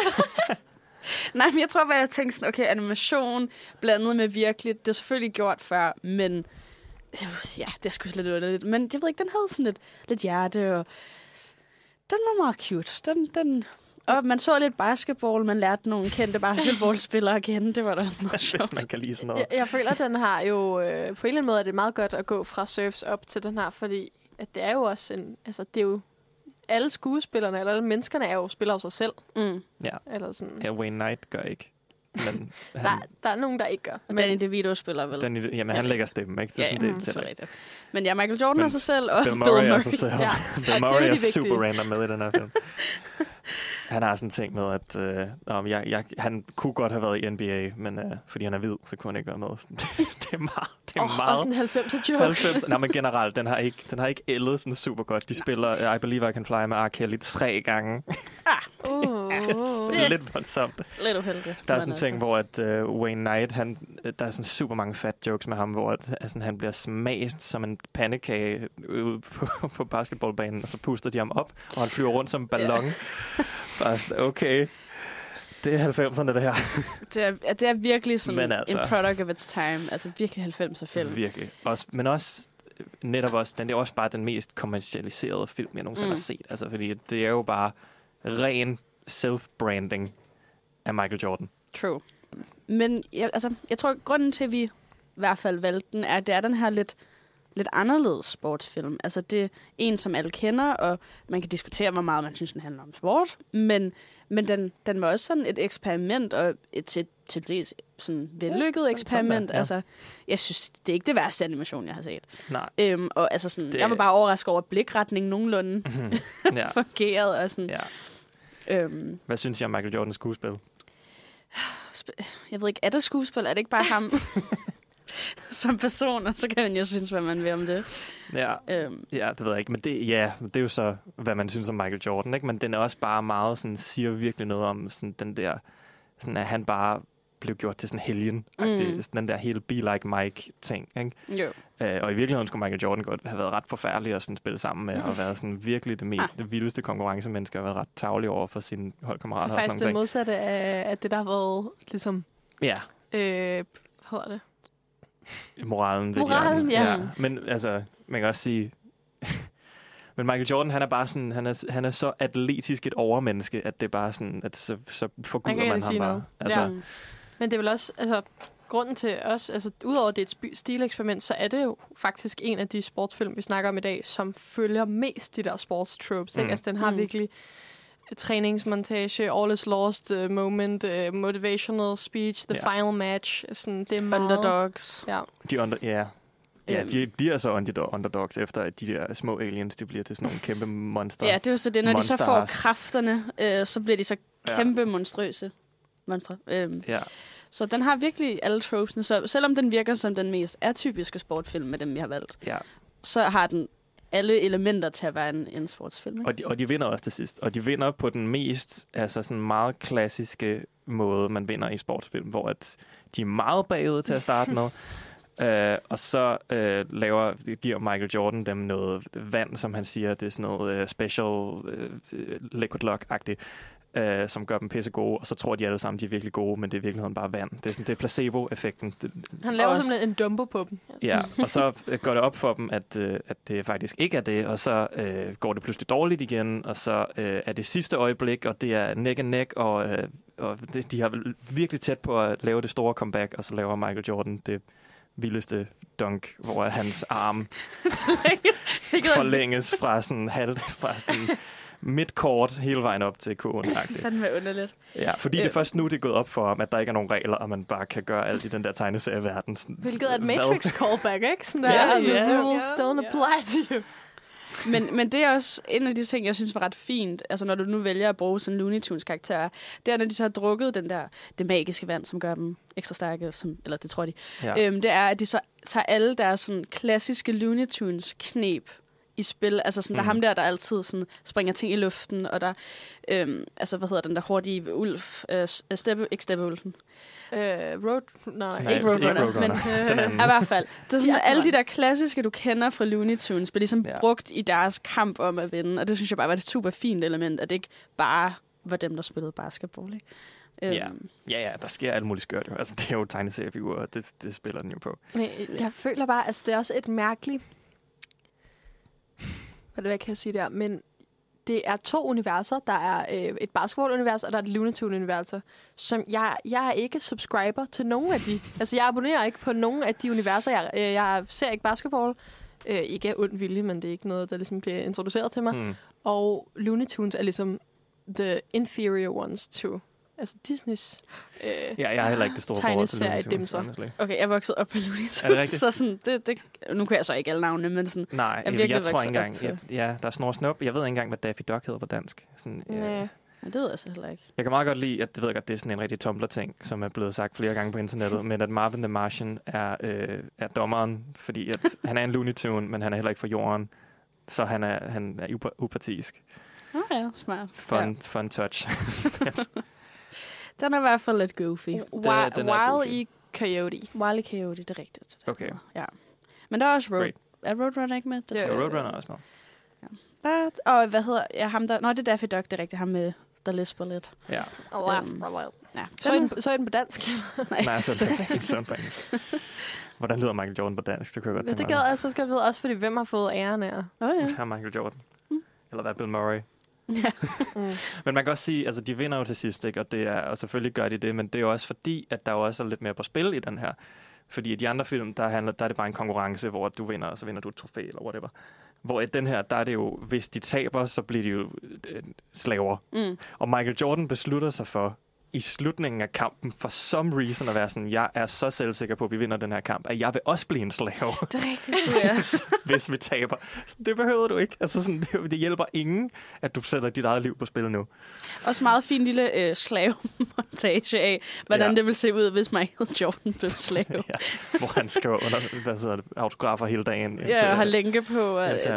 Nej, men jeg tror bare, jeg tænkte sådan, okay, animation blandet med virkeligt, det er selvfølgelig gjort før, men ja, det er sgu lidt underligt. Men jeg ved ikke, den havde sådan lidt hjerte, og den var meget cute. Og man så lidt basketball, man lærte nogle kendte basketballspillere at kende. Det var da noget sjovt. Hvis man kan lide sådan noget. Jeg føler, at den har jo på en eller anden måde, at det er meget godt at gå fra Surfs op til den her, fordi at det er jo også det er jo alle skuespillerne, eller alle menneskerne spiller jo sig selv. Mm. Ja. Eller sådan. Ja, Wayne Knight gør ikke. Men der er nogen, der ikke gør. Og Danny DeVito spiller vel. Jamen, han lægger stemmen, ikke? Ja, det er rigtigt. Men ja, Michael Jordan er sig selv, og Bill Murray er sig selv. Ja. Bill Murray er super random med i den her film. Han har sådan en ting med, at han kunne godt have været i NBA, men fordi han er hvid, så kunne han ikke være med. Det er meget. Og sådan en 90'er joke. 90. Nej, men generelt, den har ikke ældet sådan super godt. De spiller I Believe I Can Fly med R. Kelly 3 gange. Det er lidt voldsomt. Lidt uheldigt. Der er sådan en ting, hvor at, Wayne Knight, der er sådan super mange fat jokes med ham, hvor han bliver smast som en pandekage ude på basketballbanen, og så puster de ham op, og han flyver rundt som en ballon. Bare sådan, okay, det er 90'erne, det her. Det er virkelig sådan altså, en product of its time. Altså virkelig 90'er film. Virkelig. Men også, netop også, den er også bare den mest kommercialiserede film, jeg nogensinde har set. Altså, fordi det er jo bare ren self-branding af Michael Jordan. True. Men jeg tror, grunden til, at vi i hvert fald valgte den, er, at det er den her lidt anderledes sportsfilm. Altså, det er en, som alle kender, og man kan diskutere, hvor meget man synes, den handler om sport. Men den var også sådan et eksperiment, og til det sådan vellykket eksperiment. Ja. Altså, jeg synes, det er ikke det værste animation, jeg har set. Nej. Og altså sådan, jeg var bare overrasket over, at blikretningen nogenlunde fungerede. Og sådan, hvad synes jeg om Michael Jordans skuespil? Jeg ved ikke, er det skuespil? Er det ikke bare ham som person? Og så kan man jo synes, hvad man vil om det. Ja, det ved jeg ikke. Men det er jo så, hvad man synes om Michael Jordan, ikke? Men den er også bare meget sådan, siger virkelig noget om sådan, den der, sådan, at han bare blev gjort til sådan helgen. Den der hele Be Like Mike-ting, ikke? Jo. Og i virkeligheden skulle Michael Jordan godt have været ret forfærdelig at sådan spille sammen med, og været sådan virkelig det vildeste konkurrencemenneske, og været ret tarvelig over for sine holdkammerater. Så faktisk det modsatte af det, der har været ligesom... Ja. Hvad hedder det? Moralen, ja. Men altså, man kan også sige... Men Michael Jordan, han er bare sådan, han er så atletisk et overmenneske, at det er bare sådan, at så forguder man ham bare. Altså. Ja. Men det er vel også, altså, grunden til os, altså, udover det er et stileksperiment, så er det jo faktisk en af de sportsfilm, vi snakker om i dag, som følger mest de der sportstropes. Ikke? Altså, den har virkelig træningsmontage, all is lost moment, motivational speech, the final match. Sådan, det er meget... Underdogs. Ja. Ja, de bliver så underdogs, efter at de der små aliens, de bliver til sådan nogle kæmpe monster. Ja, det er jo så det, når de så får kræfterne, så bliver de så kæmpe monstrøse monstre. Så den har virkelig alle tropesene, så selvom den virker som den mest atypiske sportfilm med dem, vi har valgt, så har den alle elementer til at være en sportsfilm. Ikke? Og de vinder også til sidst. Og de vinder på den mest, altså sådan meget klassiske måde, man vinder i sportsfilm, hvor at de er meget bagud til at starte med. Og så giver Michael Jordan dem noget vand, som han siger, det er sådan noget special liquid luck-agtigt, som gør dem pisse gode, og så tror de alle sammen, de er virkelig gode, men det er i virkeligheden bare vand. Det er sådan, det er placebo-effekten. Han laver simpelthen en dumbo på dem. Ja, og så går det op for dem, at det faktisk ikke er det, og så går det pludselig dårligt igen, og så er det sidste øjeblik, og det er neck and neck, og de har virkelig tæt på at lave det store comeback, og så laver Michael Jordan det vildeste dunk, hvor hans arm forlænges fra sådan midtkort hele vejen op til kurven. Det fandme underligt. Ja, fordi det er først nu, det er gået op for ham, at der ikke er nogen regler, og man bare kan gøre alt i den der tegneserieverden. Hvilket er et Matrix-callback, ikke? Sådan der, the rules don't apply to you. Men det er også en af de ting, jeg synes var ret fint, altså når du nu vælger at bruge sådan Looney Tunes karakterer, det er, når de så har drukket det magiske vand, som gør dem ekstra stærke, eller det tror de. Ja. Det er, at de så tager alle deres sådan klassiske Looney Tunes knep i spil. Altså sådan, der er ham der altid sådan, springer ting i luften, og der, altså hvad hedder den der hurtige ulv? Ikke Steppeulven. Ikke Roadrunner, men i hvert fald. Det er sådan, alle de der klassiske, du kender fra Looney Tunes, bliver ligesom brugt i deres kamp om at vinde, og det synes jeg bare var et super fint element, at det ikke bare var dem, der spillede basketball, ikke? Ja, der sker alt muligt skørt jo. Altså, det er jo tegneseriefigurer, og det spiller den jo på. Men jeg føler bare, altså det er også et mærkeligt... Hvad kan jeg sige der? Men det er 2 universer. Der er et basketball-univers, og der er et Looney Tunes-universer, som jeg er ikke subscriber til nogen af de. Altså, jeg abonnerer ikke på nogen af de universer. Jeg ser ikke basketball. Ikke af ond vilje, men det er ikke noget, der ligesom bliver introduceret til mig. Og Looney Tunes er ligesom the inferior ones to... Altså Disneys jeg har heller ikke det store forhold til Looney Tunes. Okay, jeg er vokset op på Looney Tunes. Er det rigtigt? Så sådan, nu kan jeg så ikke alle navnene, men sådan... Nej, jeg tror ikke engang... der er Snor Snup. Jeg ved ikke engang, hvad Daffy Duck hedder på dansk. Sådan, ja, det ved jeg så heller ikke. Jeg kan meget godt lide, at det ved jeg godt, det er sådan en rigtig Tumblr-ting, som er blevet sagt flere gange på internettet, men at Marvin the Martian er dommeren, fordi at han er en Looney Tune, men han er heller ikke fra jorden, så han er upartisk. Ja, smart. Fun touch. Den er i hvert fald lidt goofy. Wile E. Coyote. Wile E. Coyote, det er rigtigt. Okay. Ja. Men der er også er Roadrunner ikke med? Ja, Roadrunner er også med. Og hvad hedder ham der? Nå, det er Daffy Duck, det er rigtigt. Ham med der lisper lidt. Ja. Så er den på dansk? Nej, så er på engelsk. Hvordan lyder Michael Jordan på dansk? Det kan jeg godt tænke mig. Det gad jeg så skal vide også, fordi hvem har fået æren af? Ja, Michael Jordan. Eller hvad, Bill Murray? Ja. Men man kan også sige, altså de vinder jo til sidst, ikke? Og selvfølgelig gør de det, men det er jo også fordi, at der jo også er lidt mere på spil i den her. Fordi i de andre film, der er det bare en konkurrence, hvor du vinder, og så vinder du et trofæ, eller whatever. Hvor i den her, der er det jo, hvis de taber, så bliver de jo slaver. Og Michael Jordan beslutter sig for, i slutningen af kampen, for some reason at være sådan, jeg er så selvsikker på, at vi vinder den her kamp, at jeg vil også blive en slave. Det er rigtigt, hvis vi taber. Så det behøver du ikke. Altså sådan, det hjælper ingen, at du sætter dit eget liv på spil nu. Også meget fin lille slave-montage af, hvordan det vil se ud, hvis Michael Jordan blev slave. Hvor han skriver autografer hele dagen. Ja, og har lænke på.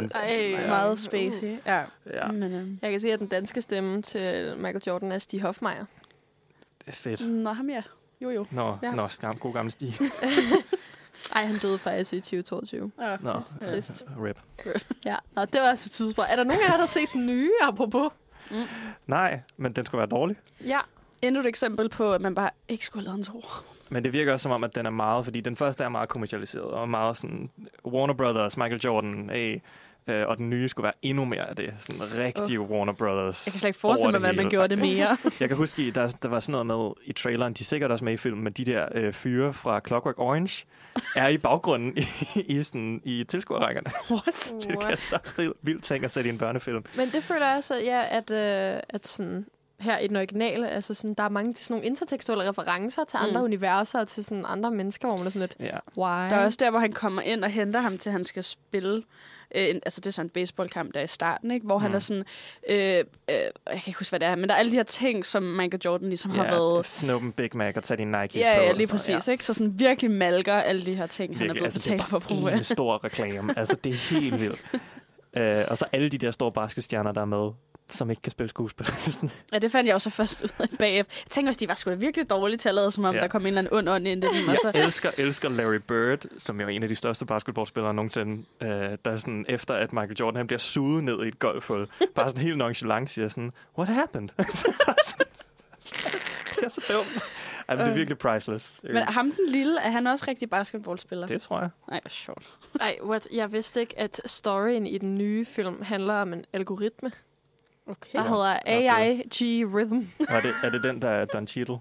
Meget spacey. Ja. Men, jeg kan se, at den danske stemme til Michael Jordan er Stig Hofmeier. Det er fedt. Nå, ham ja. Jo. Nå, god gammel Stig. Ej, han døde faktisk i 2022. Ja. Nå, Trist. rip. Ja, og det var altså tidsspring. Er der nogen af jer, der har set den nye, apropos? Nej, men den skulle være dårlig. Ja. Endnu et eksempel på, at man bare ikke skulle have lavet en 2. Men det virker også som om, at den er meget, fordi den første er meget kommercialiseret, og meget sådan Warner Brothers, Michael Jordan, og den nye skulle være endnu mere af det. Sådan rigtig Warner Brothers. Jeg kan slet ikke forestille mig, hvordan man gjorde det mere. Jeg kan huske, der var sådan noget med i traileren, de er sikkert også med i filmen, med de der fyre fra Clockwork Orange, er i baggrunden i tilskuerrækkerne. What? Det er så vildt ting at sætte i en børnefilm. Men det føler jeg også, at sådan her i den originale, altså sådan, der er mange til sådan nogle intertekstuelle referencer til andre universer og til sådan andre mennesker, hvor man er sådan lidt, why? Der er også der, hvor han kommer ind og henter ham til, han skal spille. Altså det er sådan en baseballkamp der i starten, ikke? Hvor han er sådan, jeg kan ikke huske, hvad det er, men der er alle de her ting, som Michael Jordan ligesom har været... Snuppe en Big Mac og tage din Nikes på. Ja, lige præcis, ikke? Så sådan virkelig malker alle de her ting, virkelig, han er blevet betalt for at bruge. Det er en stor reklame. Altså, det er helt vildt. Og så alle de der store basketstjerner, der er med, som ikke kan spille skuespil. Ja, det fandt jeg også først ud af bagefter. Jeg tænker også, de var sgu da virkelig dårlige til at lade, som om der kom en eller anden ond ånd ind i dem. Jeg elsker Larry Bird, som jo er en af de største basketballspillere nogensinde, der er sådan, efter at Michael Jordan han bliver suget ned i et golfhul, bare sådan helt nonchalant siger sådan, what happened? Det er så dumt. Altså, det er virkelig priceless. Men ham den lille, er han også rigtig basketballspiller? Det tror jeg. Nej, hvor sjovt. Ej, jeg vidste ikke, at storyen i den nye film handler om en algoritme. Okay. Der hedder AIG Rhythm. Er det den, der er Don Cheadle?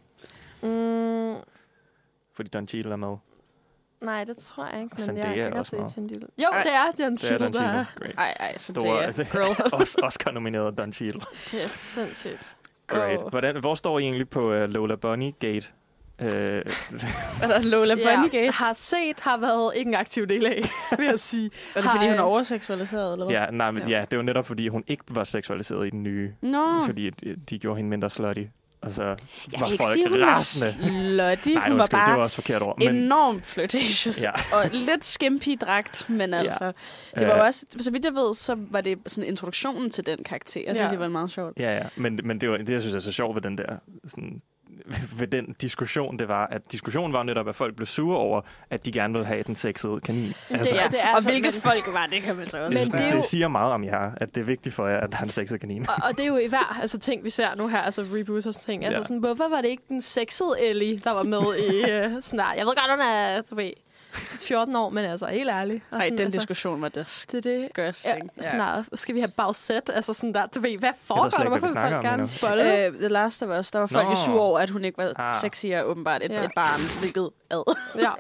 Fordi Don Cheadle er med. Nej, det tror jeg ikke. Men jeg kan også godt se Don Jo, det er Don Cheadle, der er. Ej, Store, girl. Oscar-nomineret Don Cheadle. Det er sindssygt. Great. Hvor står I egentlig på Lola Bunny Gate? Hvad der Lola Bunny Gate? Har været ikke en aktiv del af, vil jeg sige. Er det fordi, hun er overseksualiseret, eller hvad? Ja, nej, men det er jo netop, fordi hun ikke var seksualiseret i den nye. Fordi de gjorde hende mindre slutty. Og så var folk rasende. Slutty. Nej, hun var bare det var også forkert ord. Enormt flirtatious. Ja. Og lidt skimpy dragt, men altså... Det var også, så vidt jeg ved, så var det sådan introduktionen til den karakter. Det var meget sjovt. Ja. Men det, jeg synes er så sjovt ved den der... Sådan, ved den diskussion, det var, at diskussionen var netop, at folk blev sure over, at de gerne ville have den sexede kanin. Altså, det er og hvilke folk var det, kan man så også. Men det siger meget om jer, at det er vigtigt for jer, at der er en sexet kanin. Og det er jo i hver ting, vi ser nu her, altså rebooters ting. Altså sådan, hvorfor var det ikke den sexede Ellie, der var med i snart? Jeg ved godt, hun er 14 år, men altså helt ærligt. Nej, den diskussion var det gørs. Snart skal vi have bagsæt, altså sådan der, du ved, hvad foregår der? Hvorfor vil folk gerne bolle? The Last of Us, der var folk sure over, at hun ikke var sexyere, åbenbart et barn, hvilket ad.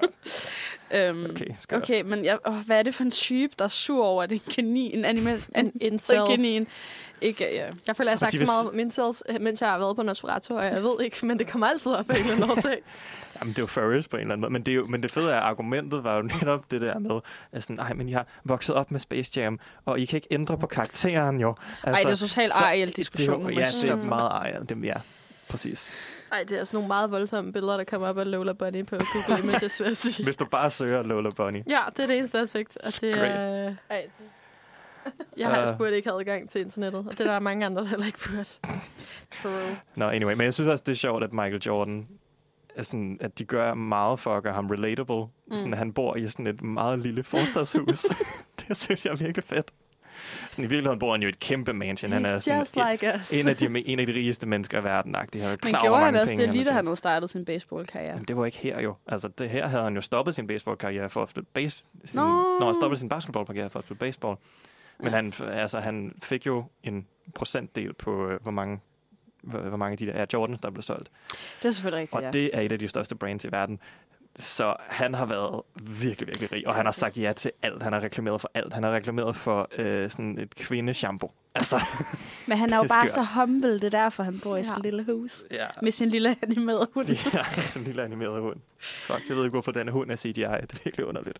Ja. Okay, men hvad er det for en type, der er sur over, at det er en kanin, en incel kanin? Ikke, Jeg føler, jeg har sagt så meget incels, mens jeg har været på Nosferatu, og jeg ved ikke, men det kommer altid op af en eller anden årsag. Jamen, det er jo furries på en eller anden måde, men det fede af argumentet var jo netop det der med, at sådan, men I har vokset op med Space Jam, og I kan ikke ændre på karakteren jo. Altså, det er totalt Ariel-diskussion. Ja, det er meget Ariel, ja, præcis. Nej, det er sådan nogle meget voldsomme billeder, der kommer op af Lola Bunny på Google Images, vil jeg sige. Hvis du bare søger Lola Bunny. Ja, det er det eneste, jeg har søgt, og det er... Jeg har spurgt ikke adgang til internettet, og det der er mange andre, der heller ikke burde. True. No, anyway, men jeg synes også, det er sjovt, at Michael Jordan, sådan, at de gør meget for at gøre ham relatable. Sådan, at han bor i sådan et meget lille forstadshus. Det synes jeg er virkelig fedt. Sådan, i virkeligheden bor han jo i et kæmpe mansion. Han er sådan en af de rigeste mennesker i verden. Men gjorde han også det lige, da han havde startet sin baseballkarriere? Men det var ikke her jo. Altså, det her havde han jo stoppet sin baseballkarriere for at spille han stoppede sin basketballkarriere for at spille baseball. Men han fik jo en procentdel på, hvor mange af de der Air Jordan, der blev solgt. Det er selvfølgelig rigtigt, og det er et af de største brands i verden. Så han har været virkelig, virkelig rig, og han har sagt ja til alt. Han har reklameret for alt. Han har reklameret for sådan et kvindeshampoo. Altså, men han er jo bare så humble, det er derfor, han bor i sin lille hus. Ja. Med sin lille animerede hund. Ja, sin lille animerede hund. Fuck, jeg ved ikke, hvorfor denne hund er CGI. Det er virkelig underligt.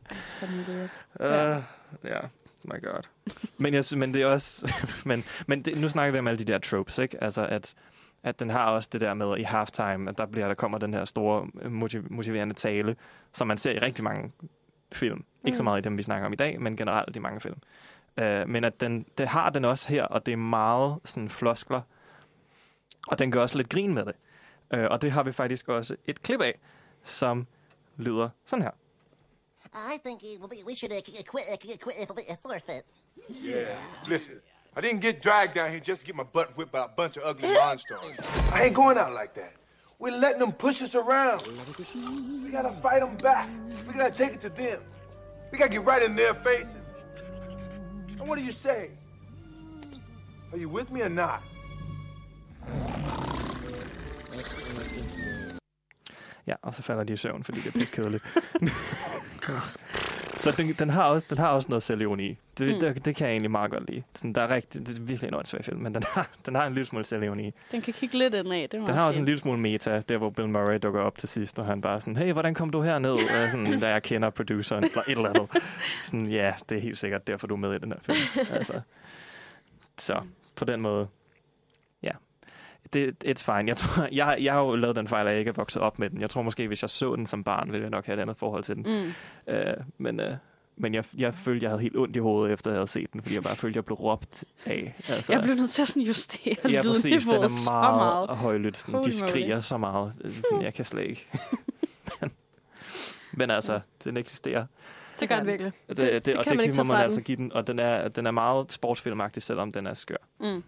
Ja. My god. Men det er også... nu snakker vi om alle de der tropes, ikke? Altså, at den har også det der med i halftime, at der kommer den her store motiverende tale, som man ser i rigtig mange film. Ikke så meget i dem, vi snakker om i dag, men generelt i mange film. Men at det har den også her, og det er meget sådan floskler, og den gør også lidt grin med det. Og det har vi faktisk også et klip af, som lyder sådan her. I think we should forfeit. Yeah, listen. I didn't get dragged down here just to get my butt whipped by a bunch of ugly monsters. I ain't going out like that. We're letting them push us around. We gotta fight them back. We gotta take it to them. We gotta get right in their faces. And what do you say? Are you with me or not? Ja, og så falder de i søvn, fordi det er piskedeligt. Så den har også noget selvironi. Det kan jeg egentlig meget godt lide. Sådan, det er virkelig en åndssvag film, men den har en lille smule selvironi. Den kan kigge lidt indad. Den har også en lille smule meta, der hvor Bill Murray dukker op til sidst, og han bare sådan, hey, hvordan kom du herned? Sådan, da jeg kender produceren, eller et eller andet. Sådan, ja, det er helt sikkert derfor, du er med i den her film. Altså. Så på den måde, ja. It's fine. Jeg tror, jeg har jo lavet den fejl, at jeg ikke er vokset op med den. Jeg tror måske, hvis jeg så den som barn, ville jeg nok have et andet forhold til den. Men jeg følte, jeg havde helt ondt i hovedet, efter jeg havde set den, fordi jeg bare følte, jeg blev råbt af. Altså, jeg blev nødt til at sådan justere lydniveauet så meget. Og højlydt. De skriger så meget. Sådan, jeg kan slet ikke. men altså, den eksisterer. Det gør den virkelig. Det kan man ikke tage fra altså give den. Og den er meget sportsfilmagtig, selvom den er skør. Mm.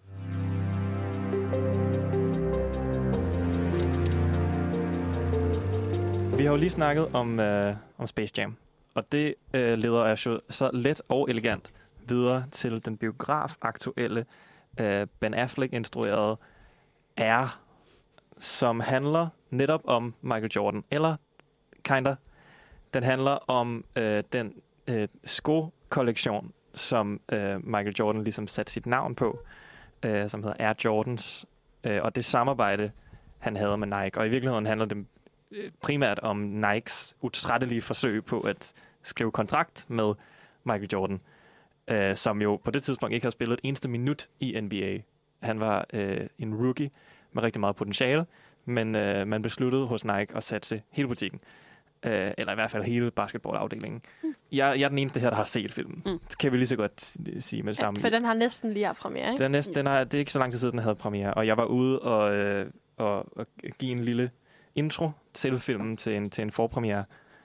Vi har jo lige snakket om Space Jam, og det leder os jo så let og elegant videre til den biografaktuelle Ben Affleck-instruerede R, som handler netop om Michael Jordan, eller kinda. Den handler om den sko-kollektion, som Michael Jordan ligesom satte sit navn på, som hedder Air Jordans, og det samarbejde, han havde med Nike. Og i virkeligheden handler det primært om Nikes utrættelige forsøg på at skrive kontrakt med Michael Jordan, som jo på det tidspunkt ikke har spillet et eneste minut i NBA. Han var en rookie med rigtig meget potentiale, men man besluttede hos Nike at satse hele butikken. Eller i hvert fald hele basketballafdelingen. Jeg er den eneste her, der har set filmen. Det kan vi lige så godt sige med det samme. For den har næsten lige haft premiere, ikke? Det er ikke så lang tid siden, den havde premiere. Og jeg var ude og give en lille intro til filmen til en forpremiere.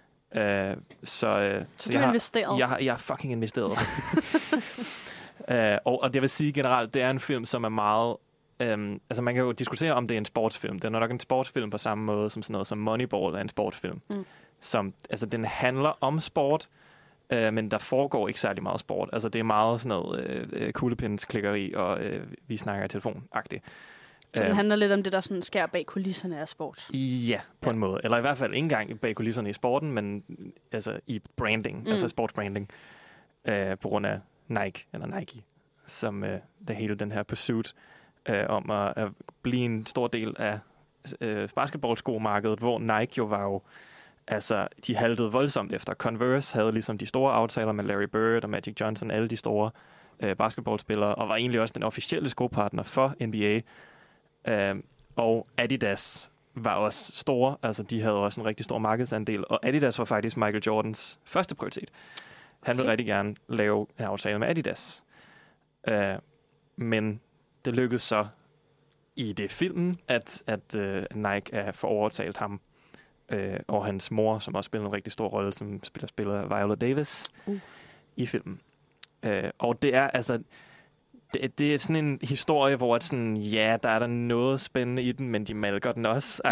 Så du er investeret? Jeg er fucking investeret. Og det vil sige generelt, det er en film, som er meget... altså man kan jo diskutere, om det er en sportsfilm. Det er nok en sportsfilm på samme måde som sådan noget som Moneyball er en sportsfilm. Altså den handler om sport, men der foregår ikke særlig meget sport. Altså det er meget sådan noget kuglepindsklikkeri og vi snakker i telefon-agtigt. Så den handler lidt om det, der sådan skær bag kulisserne af sport. Ja, på en måde. Eller i hvert fald ikke engang bag kulisserne i sporten, men altså i branding, altså sportsbranding, på grund af Nike, som det hele den her pursuit om at blive en stor del af basketballskomarkedet, hvor Nike jo var jo, altså de haltede voldsomt efter. Converse havde ligesom de store aftaler med Larry Bird og Magic Johnson, alle de store basketballspillere, og var egentlig også den officielle skopartner for NBA. Og Adidas var også store, altså de havde også en rigtig stor markedsandel, og Adidas var faktisk Michael Jordans første prioritet. Han ville rigtig gerne lave en aftale med Adidas. Men det lykkedes så i det filmen, at Nike er forovertalt ham, og hans mor, som også spiller en rigtig stor rolle, som spiller Viola Davis i filmen. Og det er altså... Det er sådan en historie, hvor sådan, ja, der er der noget spændende i den, men de malker den også.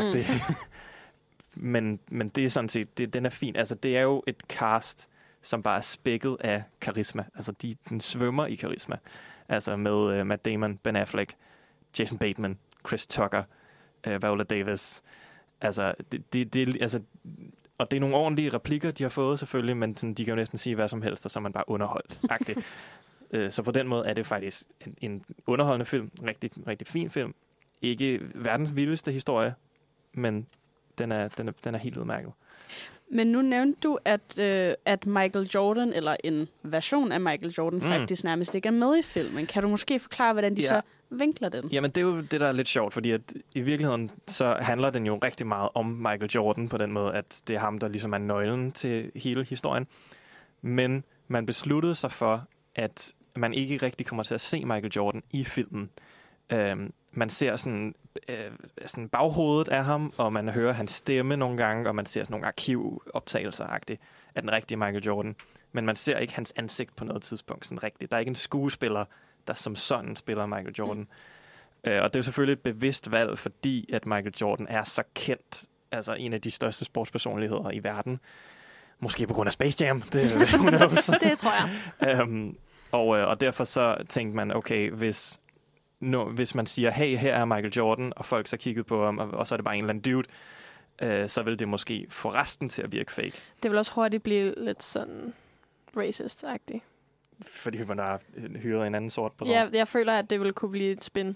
Men det er sådan set, den er fin. Altså, det er jo et cast, som bare er spækket af karisma. Altså, den svømmer i karisma. Altså med Matt Damon, Ben Affleck, Jason Bateman, Chris Tucker, Viola Davis. Altså, altså, og det er nogle ordentlige replikker, de har fået selvfølgelig, men sådan, de kan jo næsten sige hvad som helst, og så er man bare underholdt-agtigt. Så på den måde er det faktisk en underholdende film. Rigtig, rigtig fin film. Ikke verdens vildeste historie, men den er helt udmærket. Men nu nævnte du, at Michael Jordan, eller en version af Michael Jordan, faktisk nærmest ikke er med i filmen. Kan du måske forklare, hvordan de så vinkler den? Jamen, det er jo det, der er lidt sjovt, fordi at i virkeligheden så handler den jo rigtig meget om Michael Jordan på den måde, at det er ham, der ligesom er nøglen til hele historien. Men man besluttede sig for, at man ikke rigtig kommer til at se Michael Jordan i filmen. man ser sådan baghovedet af ham, og man hører hans stemme nogle gange, og man ser sådan nogle arkivoptagelser-agtigt af den rigtige Michael Jordan. Men man ser ikke hans ansigt på noget tidspunkt sådan rigtigt. Der er ikke en skuespiller, der som sådan spiller Michael Jordan. Og det er jo selvfølgelig et bevidst valg, fordi at Michael Jordan er så kendt, altså en af de største sportspersonligheder i verden. Måske på grund af Space Jam. Det tror jeg. Og derfor så tænkte man, okay, hvis man siger, hey, her er Michael Jordan, og folk så kigget på ham, og så er det bare en eller anden dude, så vil det måske få resten til at virke fake. Det vil også hurtigt blive lidt sådan racist-agtigt. Fordi man har hyret en anden sort person. Ja, jeg føler, at det vil kunne blive et spin.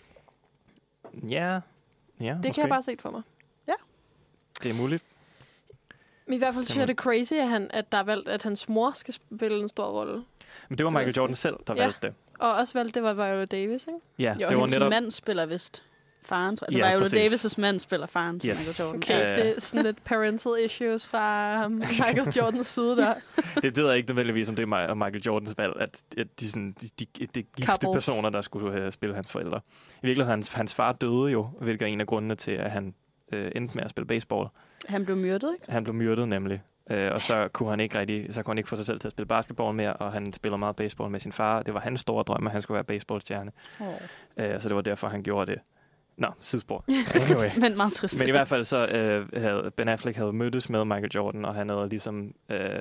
Ja, det måske. kan jeg bare se for mig. Ja. Det er muligt. Men i hvert fald synes jeg, det er crazy, at der er valgt, at hans mor skal spille en stor rolle. Men det var Michael Jordan selv, der valgte det. Og også valgte, det var Viola Davis, ikke? Ja, jo, det var netop... mand spiller vist faren, tror jeg. Altså Viola Davis' mand spiller faren til Michael Jordan. Okay, det er sådan lidt parental issues fra Michael Jordans side der. Det ved jeg ikke nødvendigvis, om det er Michael Jordans valg, at de gifte personer, der skulle spille hans forældre. I virkeligheden, hans far døde jo, hvilket er en af grundene til, at han endte med at spille baseball. Han blev myrdet, ikke? Han blev myrdet nemlig. Og så kunne han ikke få sig selv til at spille basketball mere, og han spiller meget baseball med sin far. Det var hans store drøm, at han skulle være baseballstjerne. Så det var derfor, han gjorde det. Nå, sidespor. Anyway. Men meget trist. Men i hvert fald så havde Ben Affleck mødtes med Michael Jordan, og han havde ligesom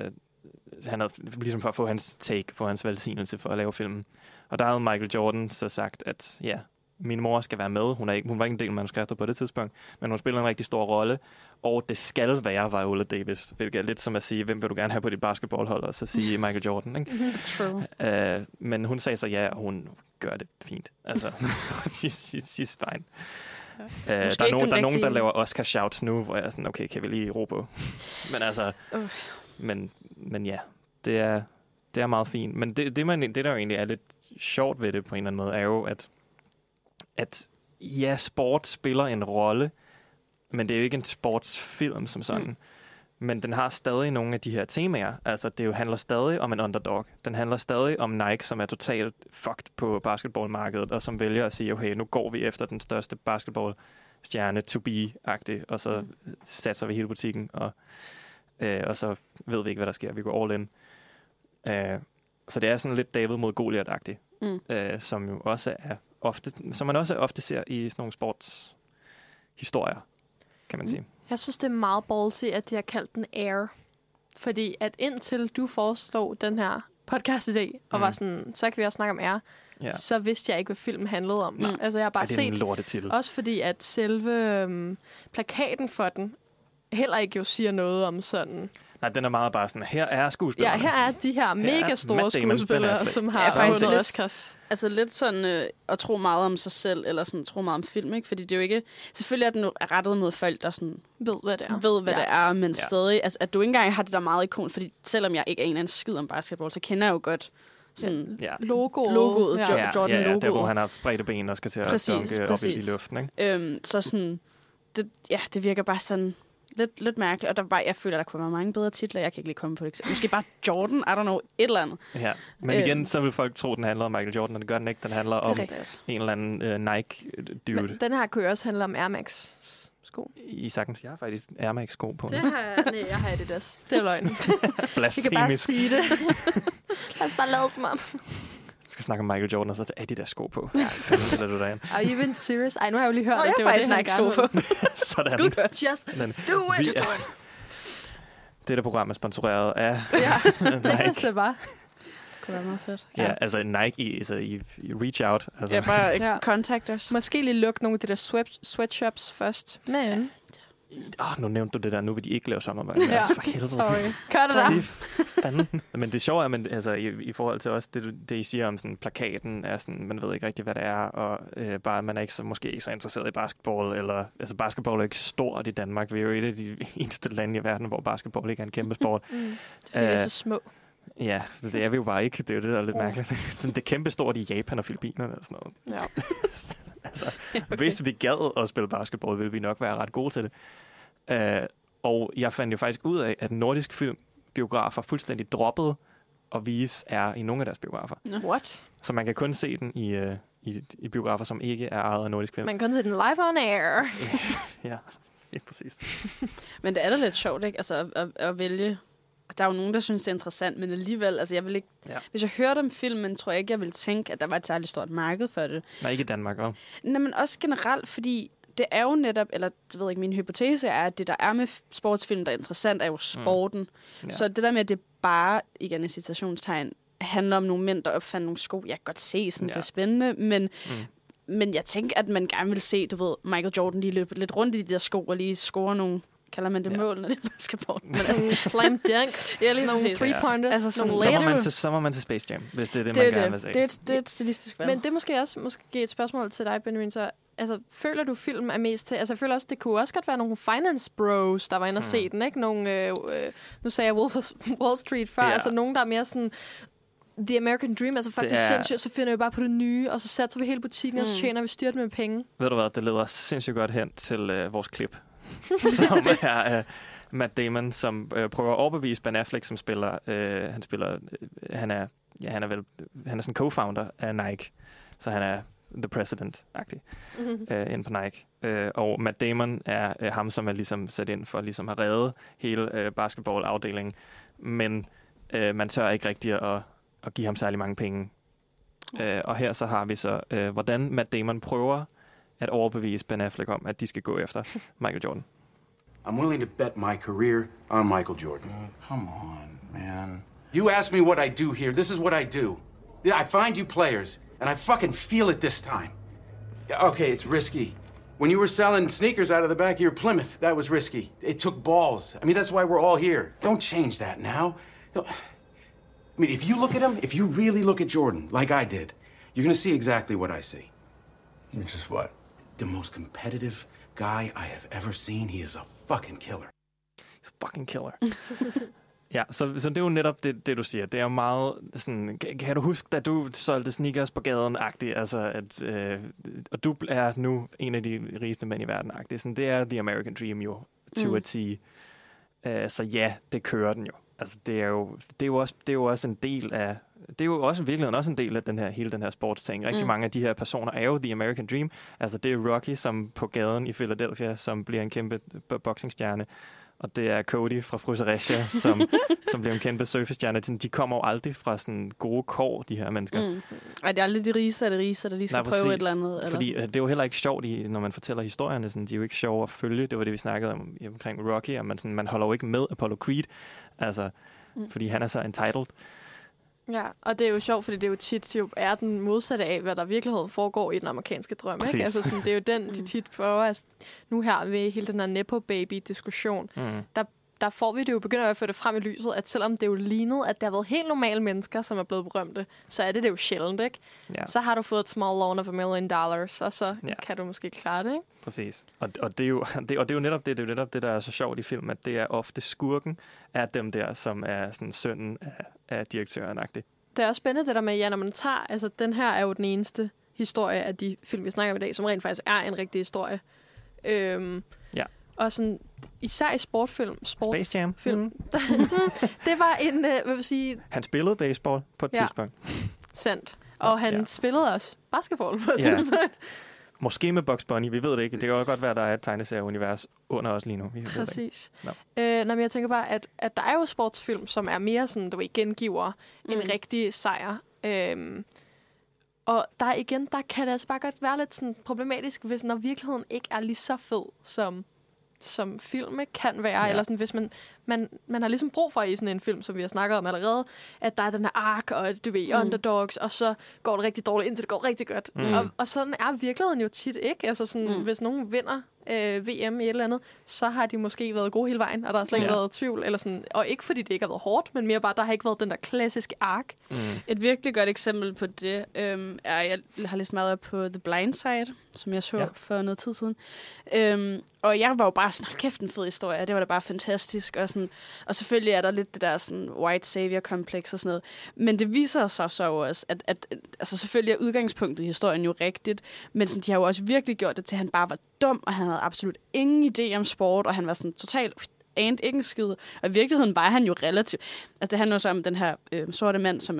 for at få hans take, få hans velsignelse for at lave filmen. Og der havde Michael Jordan så sagt, at ja, min mor skal være med. Hun var ikke en del af manuskriptet på det tidspunkt, men hun spiller en rigtig stor rolle, og det skal være Viola Davis, hvilket er lidt som at sige, hvem vil du gerne have på dit basketballhold, og så sige Michael Jordan, ikke? True. Men hun sagde så ja, og hun gør det fint. Altså, she's fine. Der er nogen, der laver Oscar shouts nu, hvor jeg er sådan, okay, kan vi lige ro på? Men altså, men ja, det er meget fint. Men det der jo egentlig er lidt sjovt ved det på en eller anden måde, er jo, at ja, sport spiller en rolle, men det er jo ikke en sportsfilm som sådan. Men den har stadig nogle af de her temaer. Altså, det jo handler stadig om en underdog. Den handler stadig om Nike, som er totalt fucked på basketballmarkedet, og som vælger at sige, okay, nu går vi efter den største basketballstjerne to be-agtig, og så satser vi hele butikken, og så ved vi ikke, hvad der sker. Vi går all in. Så det er sådan lidt David mod Goliath-agtigt, som jo også er som man også ofte ser i sådan nogle sportshistorier, kan man sige. Jeg synes, det er meget ballsy, at de har kaldt den Air. Fordi at indtil du foreslog den her podcast i dag, og var sådan, så kan vi også snakke om Air, så vidste jeg ikke, hvad filmen handlede om. Altså, jeg har bare set, også fordi at selve plakaten for den heller ikke jo siger noget om sådan... Nej, den er meget bare sådan, her er skuespillerne. Ja, her er de her mega store skuespillere, som har vundet Oscars. Altså lidt sådan at tro meget om sig selv, eller sådan tro meget om film, ikke? Fordi det er jo ikke... Selvfølgelig er den rettet mod folk, der sådan... Ved, hvad det er. Men stadig... Altså, at du ikke engang har det der meget ikon, fordi selvom jeg ikke er en skid om basketball, så kender jeg jo godt sådan logoet, Jordan-logoet. Ja, der hvor han har spredte ben og skal til at dunke op i luften, ikke? Så sådan... Det virker bare sådan... Lidt mærkeligt, og jeg føler, der kunne være mange bedre titler. Jeg kan ikke lige komme på det. Måske bare Jordan, I don't know, et eller andet. Ja, men igen, så vil folk tro, den handler om Michael Jordan, og det gør den ikke. Den handler om en eller anden Nike-dude. Men den her kunne også handle om Air Max sko. I sagtens, jeg har faktisk Air Max sko på. Det jeg har Adidas. Det er løgn. Blasfemisk. Jeg kan bare sige det. Lad os bare lade som om. Jeg skal snakke om Michael Jordan, og så er de der sko på. Ja. Fanden, du derinde. Are you even serious? Ej, nu har jeg jo lige hørt, at det var det, han sko på. Sådan. Just do it. Dette program er sponsoreret af Nike. Tænk, det var. Det kunne være meget fedt. Ja, altså Nike i reach out. Altså. Ja, bare contact os. Måske lige lukke nogle af de der sweatshops først. Men... nu nævnte du det der, nu vil de ikke lave samarbejde. Ja, altså, for helvede. Sorry. Kør det der. Men det sjove er, men, altså, i forhold til også det, I siger om sådan, plakaten, er sådan, man ved ikke rigtig, hvad det er, og bare man er ikke måske ikke så interesseret i basketball, eller altså basketball er ikke stort i Danmark. Vi er jo et af de eneste lande i verden, hvor basketball ikke er en kæmpe sport. Det er fordi, vi er så små. Ja, det er vi jo bare ikke. Det er jo det, der er lidt mærkeligt. Det er kæmpe stort i Japan og Filippinerne og sådan noget. Ja. Altså, hvis vi gad at spille basketball, ville vi nok være ret gode til det. Og jeg fandt jo faktisk ud af, at nordisk filmbiografer fuldstændig droppede at vise er i nogle af deres biografer. What? Så man kan kun se den i biografer, som ikke er ejet af Nordisk Film. Man kan se den live on air. Ja, ikke præcis. Men det er da lidt sjovt, ikke? Altså at vælge. Der er jo nogen, der synes, det er interessant, men alligevel, altså jeg vil ikke... Ja. Hvis jeg hørte om filmen, tror jeg ikke, jeg ville tænke, at der var et særligt stort marked for det. Nej, ikke i Danmark, vel? Nej, men også generelt, fordi det er jo netop, eller jeg ved ikke, min hypotese er, at det, der er med sportsfilm, der er interessant, er jo sporten. Ja. Så det der med, at det bare, igen i citationstegn, handler om nogle mænd, der opfandt nogle sko. Jeg kan godt se, sådan, det er spændende, men jeg tænker, at man gerne vil se, du ved, Michael Jordan lige løbe lidt rundt i de der sko, og lige score nogle, kalder man det mål, når det er basketball. Slam dunks, nogle 3-pointers, altså, nogle layups. Så må man til Space Jam, hvis det er det, man gerne vil se. Det er et stilistisk valg. Men det er måske også et spørgsmål til dig, Benjamin, så altså, føler du, film er mest til... Altså, jeg føler også, det kunne også godt være nogle finance bros, der var inde og se den, ikke? Nogle, nu sagde jeg Wall Street før, altså nogen, der er mere sådan... The American Dream, altså faktisk sindssygt, så finder vi bare på det nye, og så satser vi hele butikken, og så tjener vi styrt med penge. Ved du hvad, det leder sindssygt godt hen til vores klip, som er Matt Damon, som prøver at overbevise Ben Affleck, som spiller, han er sådan co-founder af Nike, så han er the president-agtig inde på Nike. Og Matt Damon er ham, som er ligesom sat ind for ligesom at redde hele basketball-afdelingen, men man tør ikke rigtig at give ham særlig mange penge. Og her så har vi så, hvordan Matt Damon prøver at overbevise Ben Affleck om, at de skal gå efter Michael Jordan. I'm willing to bet my career on Michael Jordan. Come on, man. You ask me what I do here. This is what I do. I find you players, and I fucking feel it this time. Okay, it's risky. When you were selling sneakers out of the back of your Plymouth, that was risky. It took balls. I mean, that's why we're all here. Don't change that now. I mean, if you look at him, if you really look at Jordan, like I did, you're going to see exactly what I see. Which is what? The most competitive guy I have ever seen. He is a fucking killer. He's a fucking killer. Ja, så det er jo netop det, du siger. Det er jo meget sådan... Kan du huske, da du solgte sneakers på gaden-agtigt? Altså, og du er nu en af de rigeste mænd i verden-agtigt. Sådan, det er The American Dream jo, to a T. Så ja, det kører den jo. Altså, det er jo også en del af... Det er jo også virkelig også en del af hele den her sportsting. Rigtig mange af de her personer er jo The American Dream. Altså, det er Rocky, som på gaden i Philadelphia, som bliver en kæmpe boxingstjerne. Og det er Cody fra Fryseressia, som bliver en kæmpe surfestjerne. De kommer jo aldrig fra sådan gode kår, de her mennesker. Ej, det er aldrig de rigeste af det rigeste, der lige skal prøve et eller andet. Eller? Fordi det er jo heller ikke sjovt, når man fortæller historierne. Sådan, de er jo ikke sjove at følge. Det var det, vi snakkede om omkring Rocky. Og man holder jo ikke med Apollo Creed. Altså, fordi han er så entitled. Ja, og det er jo sjovt, fordi det er jo tit er den modsatte af, hvad der i virkeligheden foregår i den amerikanske drøm. Ikke? Altså sådan, det er jo den, de tit prøver. Altså, nu her ved hele den her Nepo-baby-diskussion, der får vi det jo, begynder at føre det frem i lyset, at selvom det er jo lignet, at der har været helt normale mennesker, som er blevet berømte, så er det jo sjældent, ikke? Ja. Så har du fået et small loan of $1 million, og så kan du måske klare det, ikke? Præcis. Og det er jo netop det, der er så sjovt i film, at det er ofte skurken af dem der, som er sådan sønnen af direktøren-agtigt. Det er også spændende det der med, når man tager, altså den her er jo den eneste historie af de film, vi snakker om i dag, som rent faktisk er en rigtig historie. Og sådan, især i Space Jam. Det var en, hvad vil sige... Han spillede baseball på et tidspunkt. Sandt. Og han spillede også basketball på et tidspunkt. Måske med Bugs Bunny, vi ved det ikke. Det kan jo godt være, der er et tegneserieunivers under os lige nu. Præcis. Men jeg tænker bare, at der er jo sportsfilm, som er mere sådan, du ved, gengiver en rigtig sejr. Og der kan det altså bare godt være lidt sådan problematisk, hvis når virkeligheden ikke er lige så fed, som film kan være, eller sådan, hvis man har ligesom brug for i sådan en film, som vi har snakket om allerede, at der er den her ark, og du ved, underdogs, og så går det rigtig dårligt, indtil det går rigtig godt. Og sådan er virkeligheden jo tit, ikke? Altså sådan, hvis nogen vinder VM i et eller andet, så har de måske været gode hele vejen, og der har slet ikke været tvivl, eller sådan, og ikke fordi det ikke har været hårdt, men mere bare, der har ikke været den der klassiske ark. Et virkelig godt eksempel på det er, jeg har læst meget op på The Blind Side, som jeg så for noget tid siden. Og jeg var jo bare sådan, hold kæft, en fed historie, det var da bare fantastisk, og selvfølgelig er der lidt det der sådan white savior-kompleks og sådan noget, men det viser sig så også, at altså selvfølgelig er udgangspunktet i historien jo rigtigt, men sådan, de har jo også virkelig gjort det til, at han bare var dum, og han havde absolut ingen idé om sport, og han var sådan totalt ikke en skid. Og i virkeligheden var han jo relativt... Altså det handler så om den her sorte mand, som er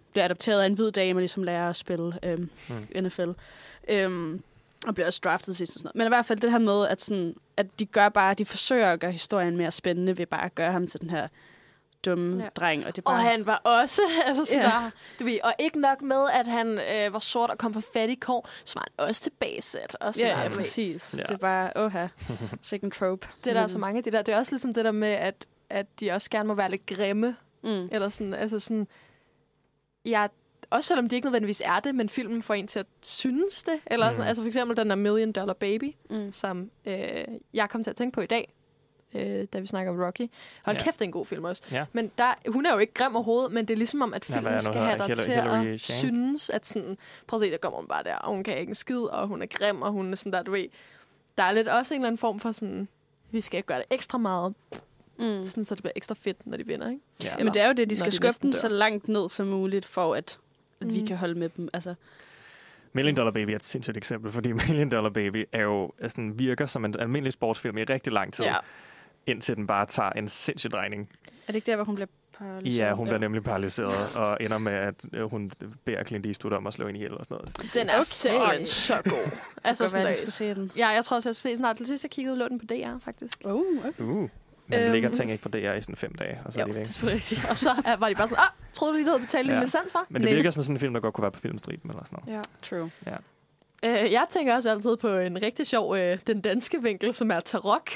bliver adopteret af en hvid dame, og ligesom lærer at spille NFL. Og bliver også draftet sidst og sådan noget. Men i hvert fald det her med, at de forsøger at gøre historien mere spændende ved bare at gøre ham til den her dumme dreng. Og, det bare... og han var også, altså sådan der, du ved, og ikke nok med, at han var sort og kom fra fattig kår, så var han også tilbagesat. Og sådan ja, præcis. Ja. Det er bare, second trope. Det er der så mange af de der. Det er også ligesom det der med, at de også gerne må være lidt grimme. Eller sådan, altså sådan, også selvom de ikke nødvendigvis er det, men filmen får en til at synes det. Eller sådan, altså for eksempel den der $1 Million Baby, som jeg kom til at tænke på i dag, da vi snakker om Rocky. Hold kæft, det er en god film også. Ja. Men hun er jo ikke grim overhovedet, men det er ligesom om, at filmen skal have dig til at synes, at sådan, prøv at se, der kommer hun bare der, og hun kan ikke en skid, og hun er grim, og hun er sådan der, du ved. Der er lidt også en eller anden form for sådan, vi skal gøre det ekstra meget, sådan, så det bliver ekstra fedt, når de vinder, ikke? Ja. Men det er jo det, de skal skubbe den så langt ned som muligt, for at vi kan holde med dem. Altså. $1 Million Baby er et sindssygt eksempel, fordi $1 Million Baby er jo, sådan, virker som en almindelig sportsfilm i rigtig lang tid, indtil den bare tager en sindssyg drejning. Er det ikke der, hvor hun bliver paralyseret? Ja, hun bliver nemlig paralyseret, og ender med, at hun beder Clint Eastwood om at slå ind i ihjel og sådan noget. Den er simpelthen så god. Altså, sådan jeg skulle se den. Ja, jeg tror også, jeg skal se snart. Til sidst, jeg kiggede og lå den på DR, faktisk. Okay. Men ligger ting ikke på DR i sådan 5 dage. Og så jo, det er selvfølgelig rigtigt. Og så var de bare sådan, troede du lige, du havde betalt en licens, var? Men det virker som sådan en film, der godt kunne være på Filmstriben eller sådan noget. Ja, true. Ja. Jeg tænker også altid på en rigtig sjov, den danske vinkel, som er Tarok.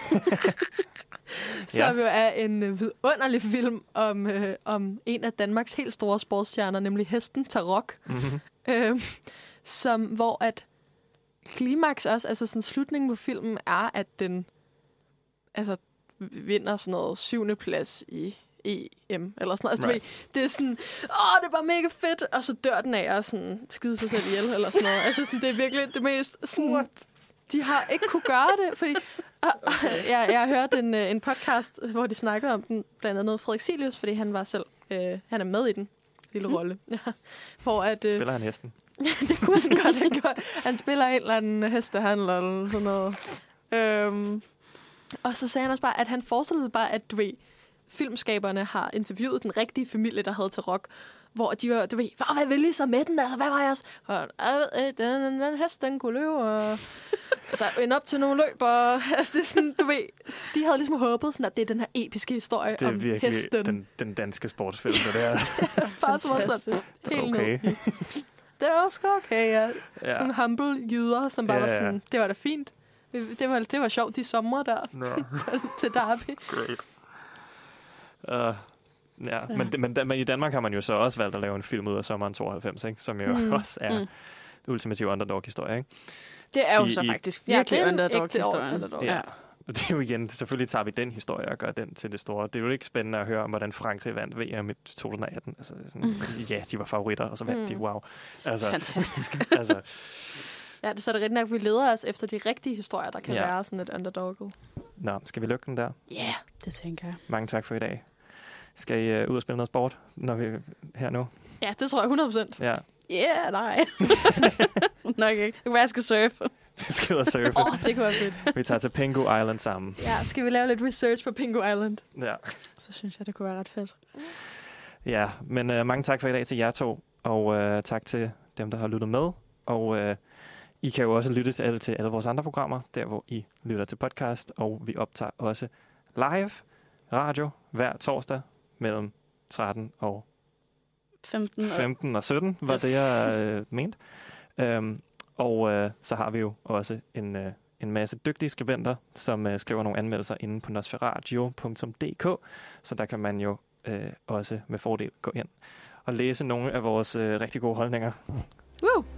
Som jo er en vidunderlig film om en af Danmarks helt store sportsstjerner, nemlig hesten Tarok. Hvor at klimaks også, altså sådan slutningen på filmen er, at den vinder sådan noget 7. plads i EM, eller sådan noget. Altså, det er sådan, det er bare mega fedt, og så dør den af og sådan skide sig selv ihjel, eller sådan noget. Altså, sådan, det er virkelig det mest sådan, de har ikke kunne gøre det, fordi jeg har hørt en podcast, hvor de snakkede om den, blandt andet Frederik Silius, fordi han var selv, han er med i den lille rolle. Hvor at, spiller han hesten? Det kunne han godt have gjort. Han spiller en eller anden hestehandler, eller sådan noget. Og så sagde han også bare, at han forestillede sig bare, at filmskaberne har interviewet den rigtige familie, der havde Tarok, hvor de var, hvad vil I så med den? Altså, hvad var jeres? Og den hest, den kunne løbe, og så endte op til nogle løb, og altså, det er sådan, de havde ligesom håbet, sådan, at det er den her episke historie om hesten. Det er virkelig den danske sportsfilm, det der. Bare som sådan, helt okay. Det var også okay, ja. Sådan humble jyder, som bare var sådan, det var da fint. Det var sjovt, de sommer der til Derby. Great. Men i Danmark har man jo så også valgt at lave en film ud af sommeren 92, ikke? Som jo også er ultimativ underdog-historie, ikke? Det er jo så faktisk virkelig underdog-historien. Ja. Og det er jo igen, selvfølgelig tager vi den historie og gør den til det store. Det er jo ikke spændende at høre om, hvordan Frankrig vandt VM i 2018. Altså, sådan, ja, de var favoritter, og så vandt de. Wow. Altså, fantastisk. Altså, ja, det er så det rigtigt nok, vi leder os efter de rigtige historier, der kan være sådan et underdog. Nå, skal vi lukke den der? Ja, yeah, det tænker jeg. Mange tak for i dag. Skal I ud og spille noget sport, når vi er her nu? Ja, det tror jeg 100%. Ja. Ja, nej. Nok ikke. Det kan være, jeg skal surfe. Jeg skal ud og surfe. Det kunne være fedt. Vi tager til Pingu Island sammen. Ja, skal vi lave lidt research på Pingu Island? Ja. Så synes jeg, det kunne være ret fedt. Ja, men mange tak for i dag til jer to, og tak til dem, der har lyttet med. Og I kan jo også lytte til alle vores andre programmer, der hvor I lytter til podcast, og vi optager også live radio hver torsdag mellem 13 og 15 og 17, var det, jeg mente. Og så har vi jo også en masse dygtige skribenter, som skriver nogle anmeldelser inde på nosferadio.dk, så der kan man jo også med fordel gå ind og læse nogle af vores rigtig gode holdninger.